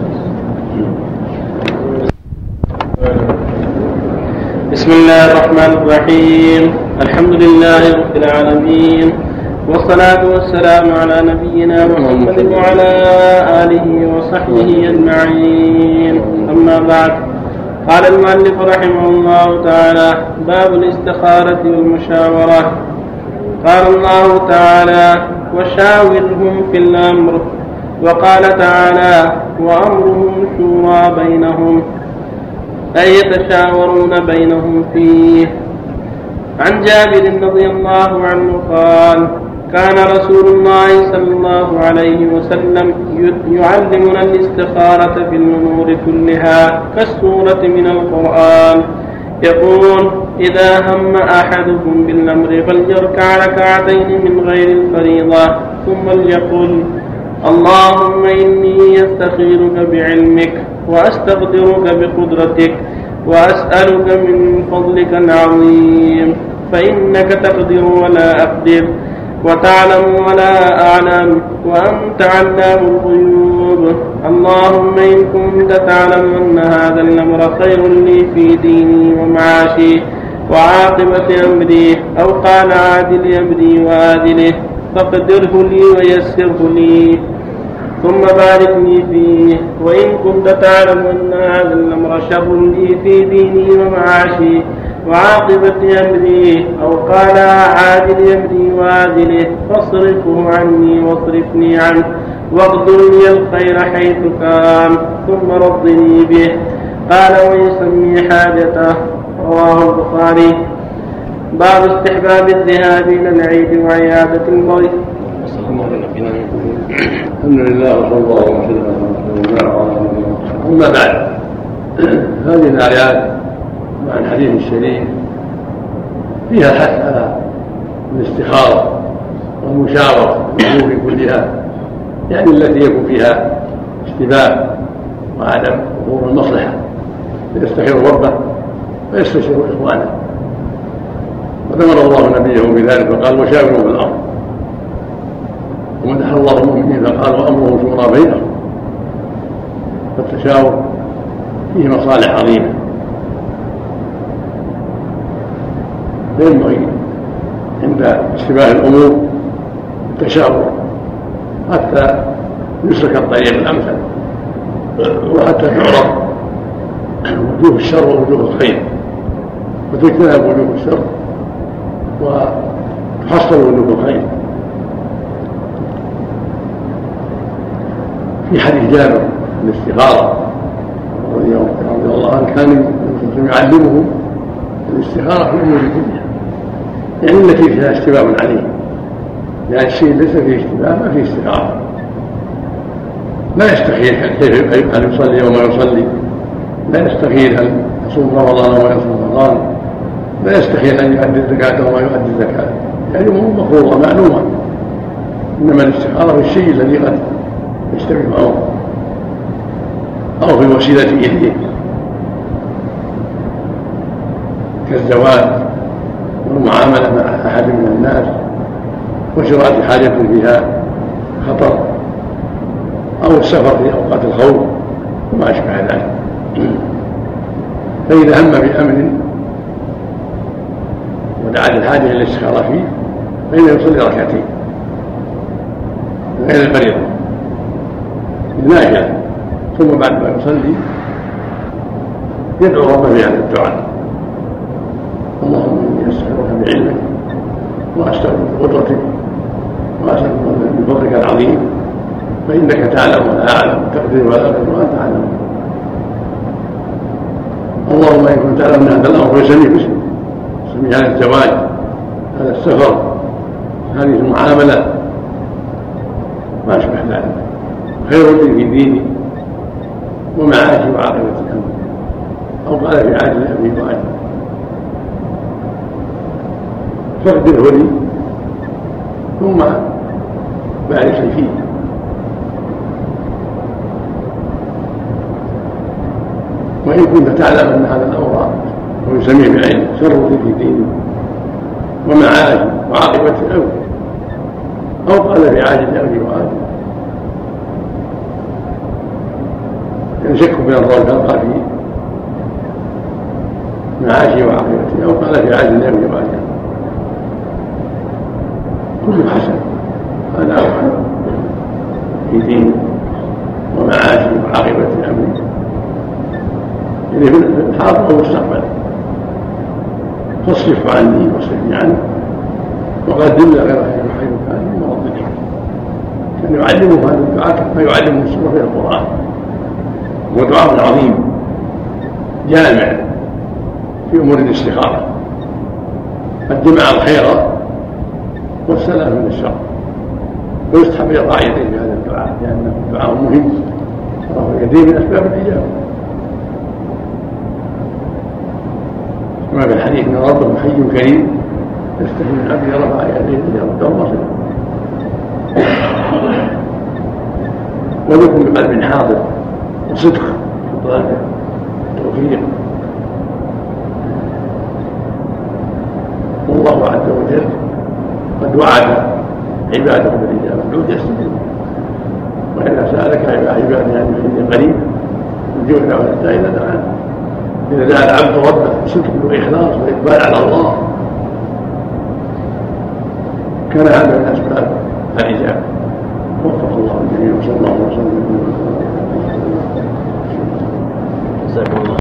بسم الله الرحمن الرحيم. الحمد لله رب العالمين، والصلاة والسلام على نبينا محمد وعلى آله وصحبه أجمعين. أما بعد، قال المؤلف رحمه الله تعالى: باب الاستخارة والمشاورة. قال الله تعالى: وشاورهم في الأمر. وقال تعالى: وأمرهم شورى بينهم، أي يتشاورون بينهم فيه. عن جابر رضي الله عنه قال: كان رسول الله صلى الله عليه وسلم يعلمنا الاستخارة في الأمور كلها كالسورة من القرآن. يقول: إذا هم أحدكم بالأمر فليركع ركعتين من غير الفريضة، ثم ليقل: اللهم إني أستخيرك بعلمك وأستقدرك بقدرتك وأسألك من فضلك العظيم، فإنك تقدر ولا أقدر وتعلم ولا أعلم وأنت علام الغيوب. اللهم إن كنت تعلم أن هذا الأمر خير لي في ديني ومعاشي وعاقبة أمري، أو قال عادل أمري وآدله، فاقدره لي ويسره لي ثم بارك لي فيه. وإن كنت تعلم أن هذا الأمر شر لي في ديني ومعاشي وعاقبة أمري، أو قال عادل أمري وآدله، فاصرفه عني واصرفني عنه واقدر لي الخير حيث كان ثم رضني به. قال: ويسمي حاجته. رواه البخاري. باب استحباب الذهاب إلى العيد وعيادة المريض. الحمد لله وصلى الله وسلم على رسول الله. أما بعد، هذه الآيات مع الحديث الشريف فيها الحث على الاستخارة والمشاورة في الأمور كلها، يعني التي يكون فيها اشتباه وعدم ظهور المصلحة، يستخير ربه ويستشير إخوانه. وأمر الله نبيه بذلك فقال: وشاوروا في الأمر. ومدح الله المؤمنين فقال: وأمرهم شورى بينهم. فالتشاور فيه مصالح عظيمة، ينبغي عند اشتباه الأمور التشاور حتى يسلك الطريق الأمثل وحتى تعرف وجوه الشر ووجوه الخير، وتجتنب وجوه الشر وتحصل وجوه الخير. في حديث جابر الاستخارة رضي الله عنه كان يعلمه الاستخارة في الأمور كلها، يعني التي فيها اشتباه عليه، يعني الشيء ليس فيه اشتباه ما فيه استخارة. لا يستخير هل يصلي وما يصلي، لا يستخير هل يصوم رمضان وما يصوم رمضان، لا يستخير أن يؤدي الزكاة وما يؤدي الزكاة، يعني مفروضة معلومة. إنما الاستخارة في الشيء الذي قد يشتبه معه أو في الوسيلة إليه كالزواج والمعاملة مع أحد من الناس وشراء حاجة فيها خطر أو السفر في أوقات الخوف وما أشبه ذلك. فإذا هم بأمر ودعا للحاجة إلى الاستخارة فيه فإنه يصلي ركعتين غير الفريضة النافلة، ثم بعد ما يصلي يدعو ربه بهذا الدعاء: اللهم إني أستغفرك بعلمك وأستغفرك بقدرتك وأسألك من فضلك العظيم فإنك تعلم ولا أعلم تقدر ولا أقدر وأنت تعلم. اللهم إن كنت تعلم أن هذا الأمر يسميه باسمه، يسميه هذا الزواج، هذا السفر، هذه المعاملة ما أشبه ذلك، خير لي في ديني ومعاشي وعاقبة الأمر، أو قال في عاجل أبي وعاجل فاقدره لي ثم بارك لي فيه. وإن كنت تعلم أن هذا الأمر ويسميه بعين شر لي في ديني ومعاشي وعاقبة الأمر، أو قال في عاجل أبي وعاجل ينشك بين الرجل قال في معاشي وعاقبته، أو قال في عاجل أبي وعاجل، كل حسن هذا أوحد في دين ومعاشي وعاقبة أمره، يعني في الحاضر والمستقبل. فاصرف عني واصرفني عنه وقدم لي غير حيث كان من مرضك. كان يعلمه هذا الدعاء كما يعلمه السورة في القرآن، هو دعاء عظيم جامع في أمور الاستخارة، قد جمع الخير والسلام من الشر، ويستحب يضع يديه في هذا الدعاء لأنه دعاء مهم وهو يديه من أسباب الإجابة، كما في الحديث ان ربه حي كريم يستحي من عبده رفع يديه ليرده بصره. ولكم بقلب حاضر وصدق في طلب التوفيق، والله عز وجل قد وعد عباده بالاجابه دون يستجيب. واذا سالك عبادي عن حين قريب يجيب دعوه الداعي اذا دعاه. اذا دعا العبد ربه بصدق واخلاص واقبال على الله كان هذا من اسباب الاجابه. وفق الله الجميع وصلى الله وسلم. جزاكم الله.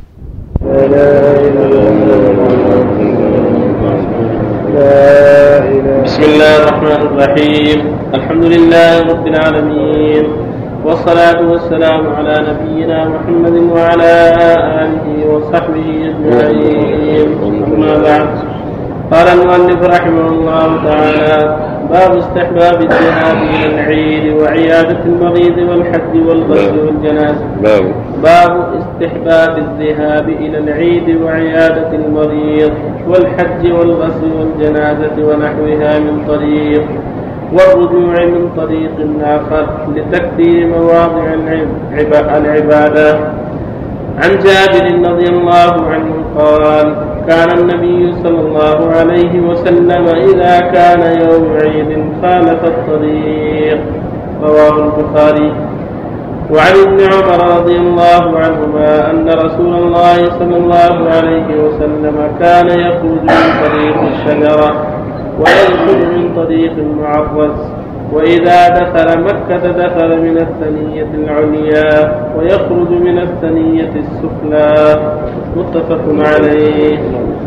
بسم الله الرحمن الرحيم. الحمد لله رب العالمين، والصلاة والسلام على نبينا محمد وعلى آله وصحبه أجمعين. أما بعد، قال المؤلف رحمه الله تعالى: باب استحباب الذهاب إلى العيد وعيادة المريض والحج والغسل والجنازة. باب استحباب الذهاب إلى العيد وعيادة المريض والحج والغسل والجنازة ونحوها من طريق، والرجوع من طريق آخر لتكثير مواضع العبادة. عن جابر رضي الله عنه قال: كان النبي صلى الله عليه وسلم إذا كان يوم عيد خالف الطريق. رواه البخاري. وعن ابن عمر رضي الله عنهما أن رسول الله صلى الله عليه وسلم كان يخرج من طريق الشجرة ويدخل من طريق معرس وإذا دخل مكة دخل من الثنية العليا ويخرج من الثنية السفلى. متفق عليه.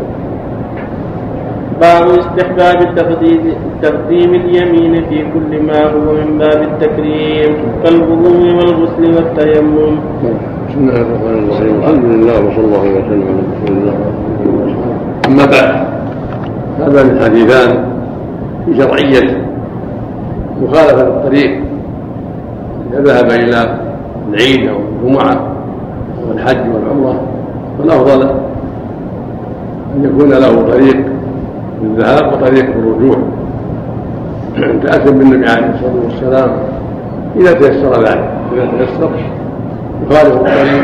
باب استحباب تقديم اليمين في كل ما هو من باب التكريم كالوضوء والغسل والتيمم. بسم الله الرحمن الرحيم. الحمد لله وصلى الله وسلم على رسول الله. أما بعد، هذا من حديثان في شرعية مخالفة الطريق إذا ذهب إلى العيد أو الجمعة أو الحج والعمرة، والأفضل أن يكون له طريق للذهاب وطريق الرجوع. تأتم بالنبي عليه الصلاة والسلام إذا تيسر ذلك، إذا تيسر يخالف الطريق.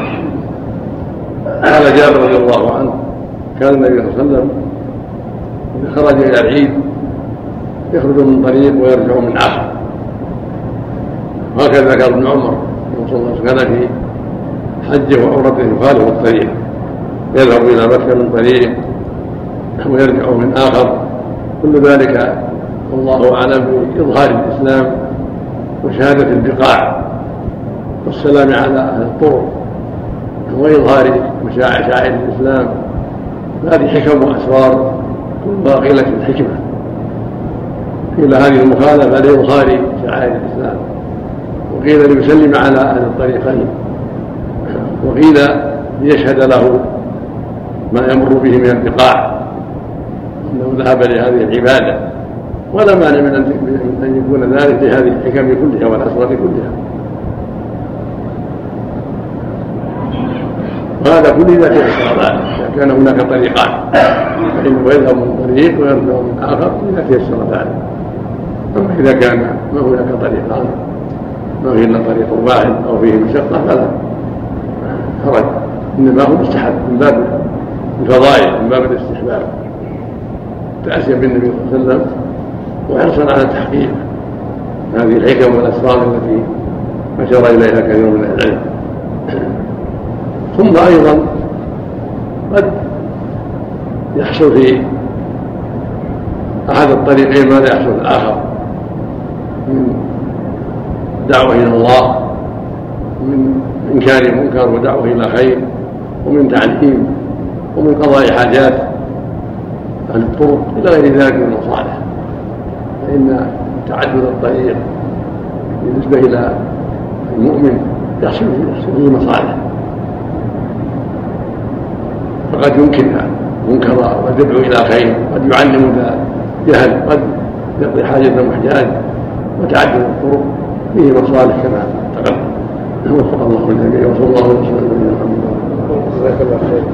قال جابر رضي الله عنه كان النبي صلى الله عليه وسلم إذا خرج إلى العيد يخرج من طريق ويرجع من آخر، وهكذا ذكر ابن عمر صلى الله عليه وسلم كان في حجه وعمرته يخالف الطريق، يذهب إلى مكة من طريق ويرجع من آخر. كل ذلك والله أعلم بإظهار الإسلام وشهادة البقاع والسلام على أهل الطرق وإظهار شعائر الإسلام. هذه حكم وأسرار كلها قيل في الحكمة، قيل هذه المخالفة لإظهار شعائر الإسلام، وقيل ليسلم على أهل الطريقين، وقيل ليشهد له ما يمر به من البقاع أنه ذهب لهذه العبادة، ولا مانع من أن يكون ذلك لهذه الحكم كلها والأسرار كلها. وهذا كل ذلك يسر ذلك إذا كان هناك طريقان، فإنه يذهب من طريق ويرجع من آخر إذا تيسر ذلك. أما إذا كان ما هناك طريقان، ما فيه إلا طريق واحد أو فيه مشقة فلا حرج، إنما هو مستحب من باب الفضائل، من باب الاستحباب، تأسيا بالنبي صلى الله عليه وسلم وحرصا على تحقيق هذه الحكم والأسرار التي أشار إليها كثير من العلم. ثم أيضا قد يحصل في أحد الطريقين ما لا يحصل في الآخر من دعوة إلى الله، ومن إنكار منكر ودعوة إلى خير، ومن تعليم، ومن قضاء حاجات أهل الطرق إلى غير ذلك من المصالح. فإن تعدد الطريق بالنسبة إلى المؤمن يحصل فيه مصالح، فقد ينكر منكرا، قد يدعو إلى خير، قد يعلم ذا جهل، قد يقضي حاجة محتاج، وتعدد الطرق فيه مصالح كما تقدم. وفق الله الجميع، وصلى الله وسلم على نبينا محمد.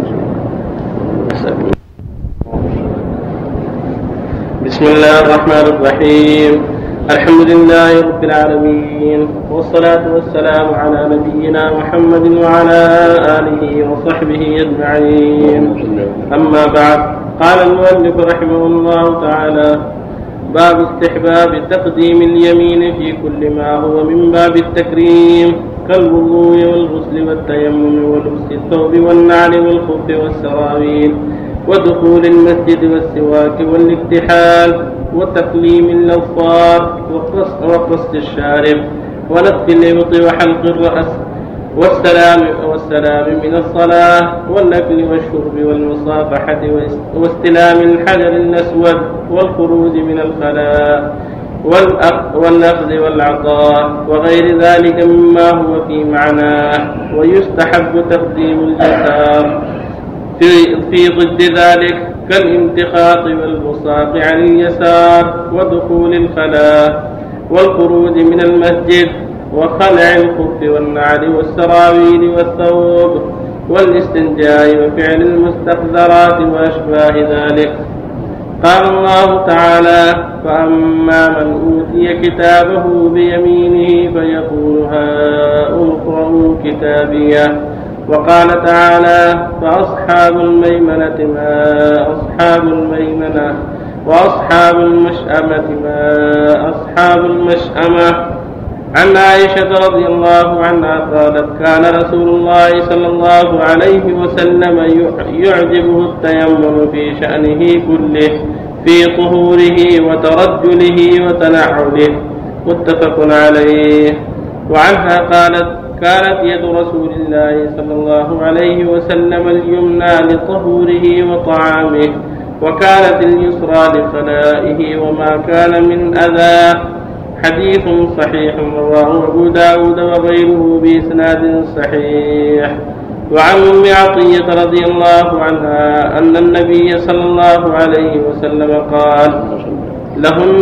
بسم الله الرحمن الرحيم. الحمد لله رب العالمين، والصلاة والسلام على نبينا محمد وعلى آله وصحبه أجمعين. أما بعد، قال المؤلف رحمه الله تعالى: باب استحباب تقديم اليمين في كل ما هو من باب التكريم كالوضوء والغسل والتيمم ولبس الثوب والنعل والخف والسراويل ودخول المسجد والسواك والاكتحال وتقليم الأظفار وقص الشارب ونتف الإبط وحلق الرأس والسلام من الصلاة والأكل والشرب والمصافحة واستلام الحجر الأسود والخروج من الخلاء والأخذ والعطاء وغير ذلك مما هو في معناه. ويستحب تقديم اليسار في ضد ذلك كالامتخاط والبصاق عن اليسار ودخول الخلاء والخروج من المسجد وخلع الخف والنعل والسراويل والثوب والاستنجاء وفعل المستحضرات وأشباه ذلك. قال الله تعالى: فأما من أوتي كتابه بيمينه فيقول هاؤم اقرءوا كتابيه. وقال تعالى: فأصحاب الميمنة ما أصحاب الميمنة وأصحاب المشأمة ما أصحاب المشأمة. عن عائشة رضي الله عنها قالت: كان رسول الله صلى الله عليه وسلم يعجبه التيمم في شأنه كله، في طهوره وترجله وتنعله، متفق عليه. وعنها قالت: كانت يد رسول الله صلى الله عليه وسلم اليمنى لطهوره وطعامه، وكانت اليسرى لخلائه وما كان من أذى. حديث صحيح رواه أبو داود وغيره بإسناد صحيح. وعن أم عطية رضي الله عنها أن النبي صلى الله عليه وسلم قال لهن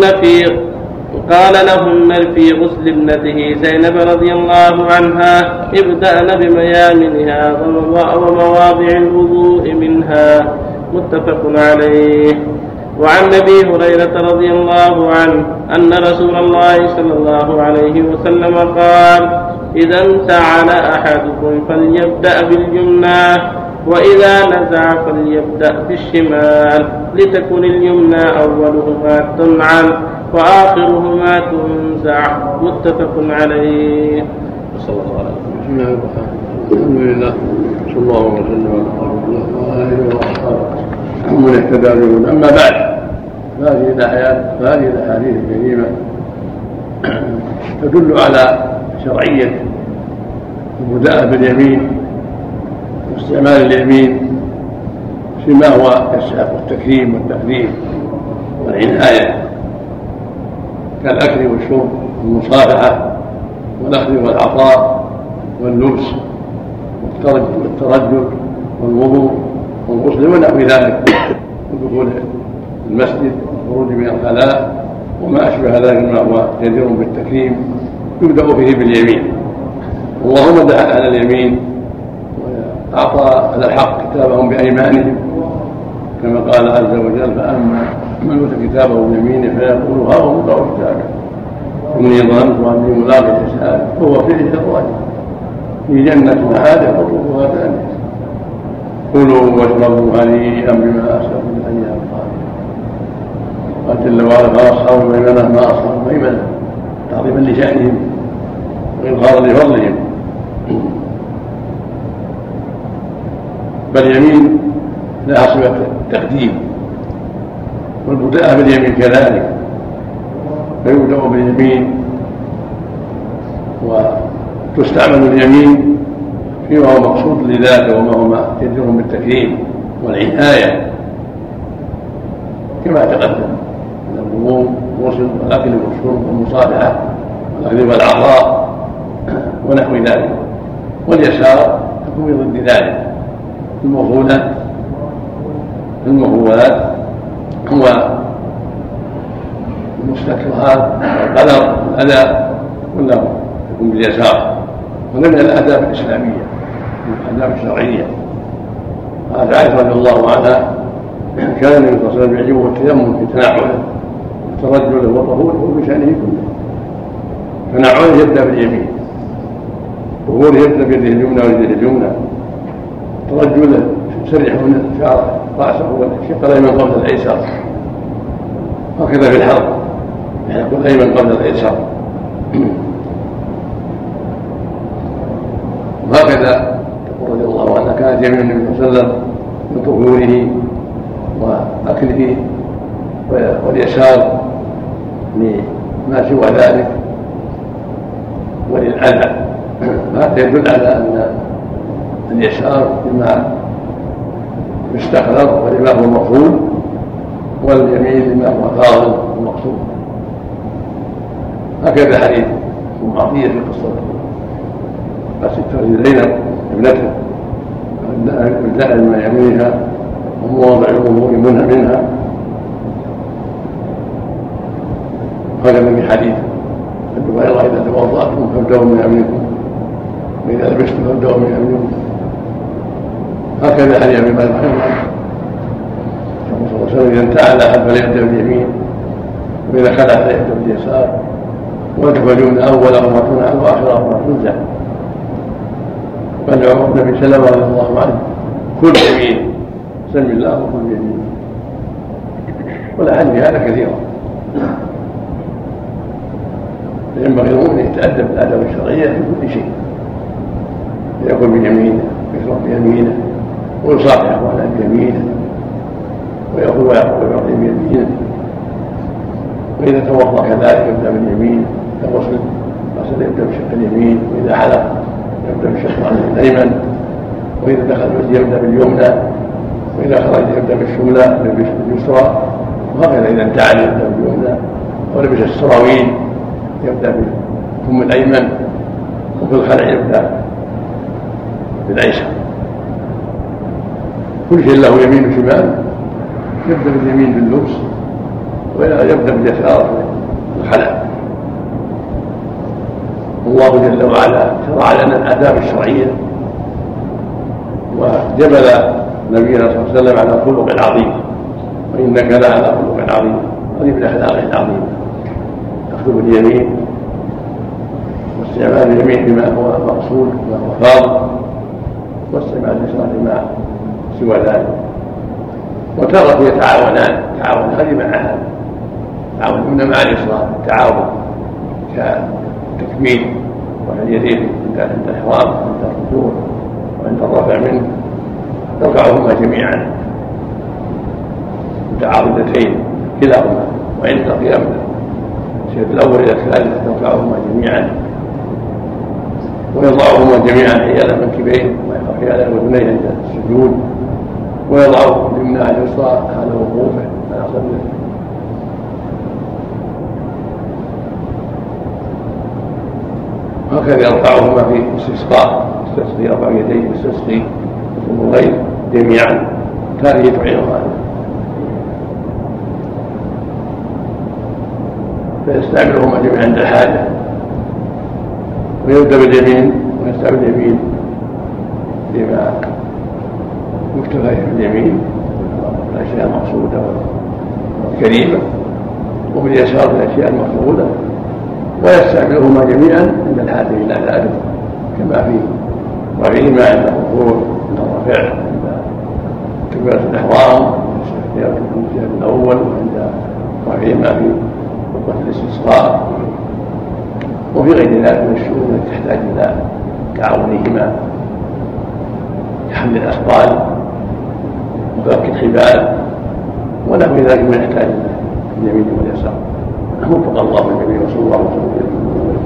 في غسل ابنته زينب رضي الله عنها: ابدأن بميامنها ومواضع الوضوء منها، متفق عليه. وعن أبي هريرة رضي الله عنه أن رسول الله صلى الله عليه وسلم قال: إذا انتعل أحدكم فليبدأ باليمنى، وإذا نزع فليبدأ بالشمال، لتكن اليمنى أولهما تنعل وآخرهما تنزع، متفق عليه. صلى الله عليه وسلم. الحمد لله، صلى الله وسلم على رسول الله وعلى آله وأصحابه ومن اهتدى بهداه. أما بعد، هذه الأحاديث الكريمة تدل على شرعية البداء باليمين واستعمال اليمين فيما هو يستحق التكريم والتقديم والعناية، كالأكل والشرب والمصافحة والأخذ والعطاء واللبس والترجل والوضوء والغسل ونحو ذلك، ودخول المسجد والخروج من الخلاء وما أشبه ذلك مما هو جدير بالتكريم يبدأ فيه باليمين. اللهم دعا على اليمين وأعطى على الحق كتابهم بأيمانهم كما قال عز وجل: فأما من أوتي كتابه بيمينه فيقول ها اقرءوا كتابي إني ظننت أني ملاق حسابي فهو في عيشة راضية في جنة عالية قطوفها دانية كلوا واشربوا هنيئا بما أسلفتم في الأيام الخالية. قال جل وعلا: فأصحاب الميمنة ما أصحاب الميمنة، تعظيما لشأنهم وإظهارا لفضلهم. بل اليمين لها صفة التقديم، والبداء باليمين كذلك، فيبدأ باليمين وتستعمل اليمين فيما هو مقصود لذاته وما هو جدير بالتكريم والعناية كما تقدم من الوضوء والغسل والأكل والشرب والمصافحة والأخذ والعطاء ونحو ذلك. واليسار تكون ضد ذلك المفضولات هو المستكرهات والقدر والأذى كله يكون باليسار، ومن الآداب الإسلامية من الآداب الشرعية. قالت عائشة رضي الله عنها: كان النبي صلى الله عليه وسلم يعجبه التيمم في تنعله وترجله وطهوره بشأنه كله. تنعله يبدأ باليمين، طهوره يبدأ بيده اليمنى ويده اليمنى، ترجله يسرح من شعر رأسه والشق الأيمن قبل الأيسر، هكذا في الحرب يحلق الأيمن قبل الأيسر، وهكذا تقول رضي الله عنها: كانت يمين النبي صلى الله عليه وسلم من طهوره وأكله واليسار لما سوى ذلك وللأذى. هذا يدل على أن اليسار لما يستقرر ولما هو مفضول، واليمين لما هو فاضل ومقصود. هكذا حديث أم عطية في قصة زينب ابنته: ابدأ بما يمينها ومواضع الوضوء منها. هكذا في حديث ابن هريرة: إذا توضأتم فابدأوا من يمينكم وإذا لبستم فابدأوا من يمينكم. هكذا حديث ابي بكر رحمه الله: صلى الله عليه وسلم: إذا انتعل أحد فليبدأ باليمين، وإذا خلع فليبدأ باليسار، وتفجون أول ما تنعل وآخر ما تنزع. قال النبي صلى الله عليه وسلم: كل يمين سم الله وكل يمين. والأحاديث هذا كثيرة. ينبغي المؤمن ان يتأدب بالآداب الشرعية في كل شيء، يأكل بيمينه ويشرب بيمينه ويصافح أخوانه بيمينه ويأخذ ويعطي بيمينه. وإذا توضأ كذلك يبدأ باليمين، كغسل يبدأ بشق اليمين، وإذا حلق يبدأ بشق الأيمن، وإذا دخل المسجد يبدأ باليمنى، وإذا خرج يبدأ باليسرى، وهكذا إذا انتعل يبدأ باليمنى، ولبس السراويل يبدأ بالكم الأيمن، وفي الخلع يبدأ بالأيسر. كل شيء له يمين وشمال، يبدأ باليمين باللبس ويبدأ باليسار في الخلع. الله جل وعلا شرع لنا الآداب الشرعية، وجبل نبينا صلى الله عليه وسلم على خلق عظيم، وإنك لعلى خلق عظيم. هذه من الأخلاق العظيمة أخذ باليمين واستعمال اليمين بما هو مقصود وما هو فاضل، واستعمال اليسار بما سوى ذلك. وتارة يتعاونان، تعاون هذه مع هذا، تعاون مع اليسار التعاون كتكميل رفع اليدين عند الإحرام وعند الركوع وعند الرفع منه، ترفعهما جميعا متعاضدتين كلاهما، وعند القيام الشيء الأول إلى الثالث ترفعهما جميعا، ويضعهما جميعا حيال المنكبين وحيال الأذنين عند السجود، ويضع اليمنى على اليسرى على وقوفه على صدره. هكذا يرفعهما في الاستسقاء، يرفع يديه يستسقي يطلب الغيث جميعا، هذه تعينها فيستعملهما جميعا عند الحاجة، ويبدأ باليمين ويستعمل اليمين لما يكتفى في اليمين الأشياء المقصودة والكريمة، وباليسار الأشياء المقصودة، ويستعملهما جميعا عند الحاجة إلى ذلك، كما في رفعهما عند الركوع عند الرفع عند تكبيرة الإحرام في الأول، وعند رفعهما في وقت الاستسقاء، وفي غير ذلك من الشؤون التي تحتاج إلى تعاونهما كحمل الأثقال وفك الحبال ونحو ذلك من يحتاج إلى اليمين واليسار. وفق الله الجميع وصلى الله وسلم.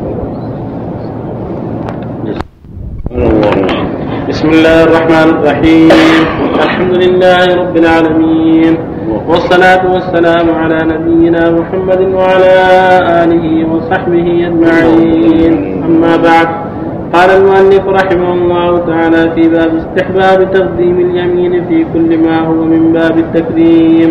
بسم الله الرحمن الرحيم. الحمد لله رب العالمين، والصلاة والسلام على نبينا محمد وعلى آله وصحبه أجمعين. أما بعد، قال المؤلف رحمه الله تعالى في باب استحباب تقديم اليمين في كل ما هو من باب التكريم.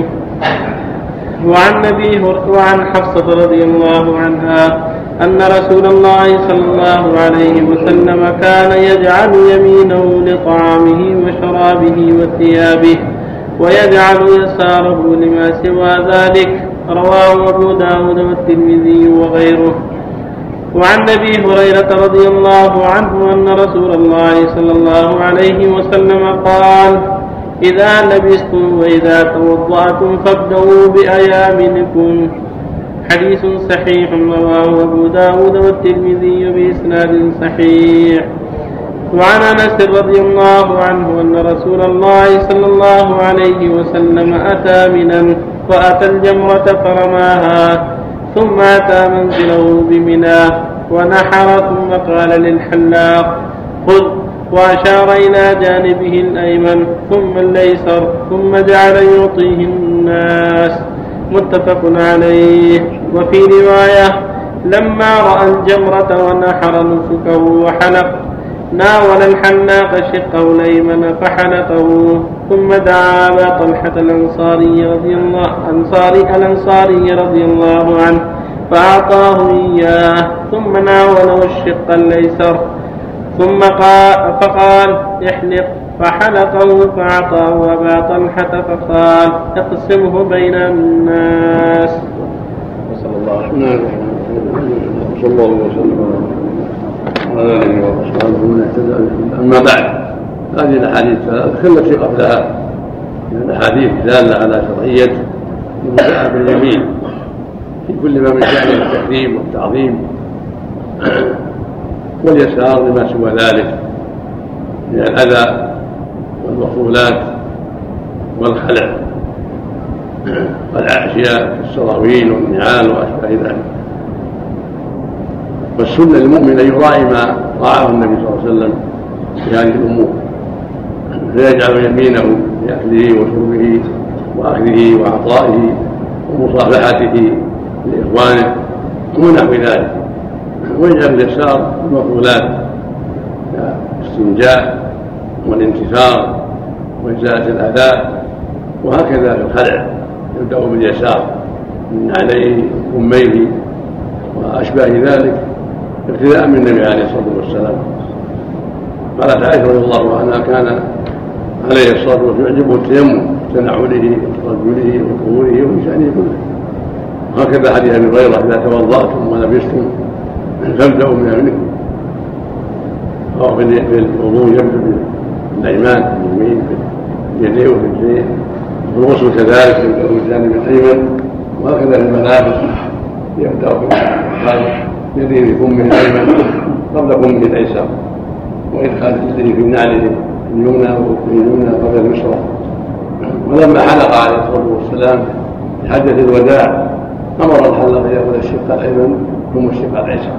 وعن حفصة رضي الله عنها أن رسول الله صلى الله عليه وسلم كان يجعل يمينه لطعامه وشرابه وثيابه، ويجعل يساره لما سوى ذلك. رواه أبو داود والترمذي وغيره. وعن أبي هريرة رضي الله عنه أن رسول الله صلى الله عليه وسلم قال: إذا لبستم وإذا توضأتم فابدأوا بأيامنكم. حديث صحيح رواه أبو داود والترمذي بإسناد صحيح. وعن أنس رضي الله عنه أن رسول الله صلى الله عليه وسلم أتى منا فأتى الجمرة فرماها، ثم أتى منزله بمنى ونحر، ثم قال للحلاق: خذ، وأشار إلى جانبه الأيمن ثم الأيسر، ثم جعل يعطيه الناس. متفق عليه. وفي رواية: لما رأى الجمرة ونحر نسكه وحلق، ناول الحلاق شقه الأيمن فحلقه، ثم دعا أبا طلحة الأنصاري رضي الله عنه فأعطاه إياه، ثم ناوله الشق الأيسر، ثم فقال: احلق، فحلقه فأعطاه أبا طلحة فقال: اقسمه بين الناس. صلى الله عليه وسلم على آله وأصحابه من اهتدى. أما بعد، هذه الأحاديث التي قبلها من الأحاديث دالة على شرعية المساءة باليمين في كل ما من شأن التكريم والتعظيم، واليسار لما سوى ذلك من الأذى والمفضولات والخلع. والأشياء كالسراويل والنعال وأشباه ذلك. والسنة للمؤمن أن يراعي ما راعاه النبي صلى الله عليه وسلم في هذه الأمور، فيجعل يمينه في أكله وشربه وأخذه وعطائه ومصافحته لإخوانه ونحو ذلك، ويجعل اليسار المفضولات كالاستنجاء والانتثار وإزالة الأذى، وهكذا في الخلع يبدأ باليسار من عليه وكميه وأشباه ذلك ابتداء من النبي عليه الصلاة والسلام. قالت عائشة رضي الله عنها كان عليه الصلاة والسلام يعجبه التيمم في تنعله وترجله وطهوره وفي شأنه كله. وهكذا حديث أبي هريرة إذا توضأتم ولبستم فابدأوا من يمينكم، أو في الوضوء يبدأ بالأيمان باليمين باليدين والرجلين، في الغسل كذلك يبدأ بالجانب الأيمن، وهكذا في الملابس يبدأ بيده في كمه الأيمن قبل كمه الأيسر، وإدخال يده في نعله اليمنى واليمنى قبل اليسرى. ولما حلق عليه الصلاة والسلام في حجة الوداع أمر الحلاق يأخذ الشق الأيمن ثم الشق الأيسر.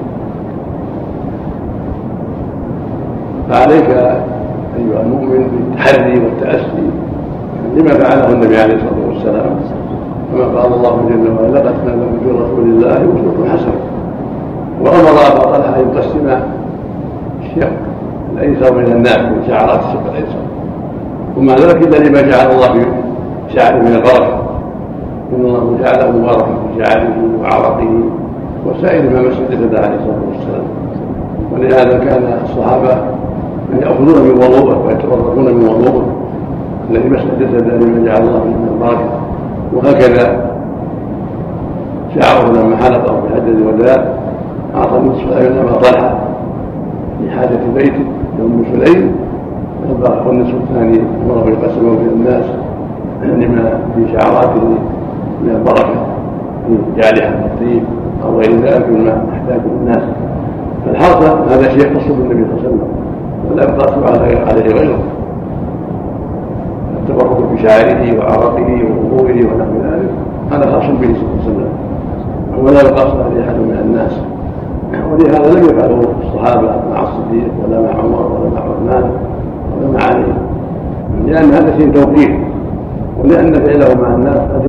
فعليك أيها المؤمن بالتحري والتأسي لما فعله النبي عليه الصلاة والسلام، كما قال الله جل وعلا لقد كان لكم في رسول الله أسوة حسنة. وأمر أبا طلحة أن يقسم الشق الأيسر من الناس من شعرات الشق الأيسر، ومع ذلك إلا لما جعل الله في شعره من البركة، إن الله جعله مباركا في شعره وعرقه وسائر ما مس جسده عليه الصلاة والسلام. ولهذا كان الصحابة أن يأخذون من وضوءه ويتبركون من وضوءه الذي مس جسده لما جعل الله فيه من البركة. وهكذا شعره لما حلقه في حجة الوداع أعطى النصف الأيمن أبا طلحة لحاجة بيته لأم سليم، والنصف الثاني أمره يقسمه بين الناس لما في شعراته من البركة في جعلها الطيب أو غير ذلك مما يحتاجه الناس. فالحاصل هذا شيء يخص بالنبي صلى الله عليه وسلم ولا يقتصر عليه غيره. التبرك بشعره وعرقه ووضوئه ونحو ذلك هذا خاص به صلى الله عليه وسلم ولا يقتصر عليه أحد من الناس. ولهذا لم يفعله الصحابة مع الصديق ولا مع عمر ولا مع عثمان ولا مع علي، لأن هذا شيء توقيف، ولأن فعله مع الناس قد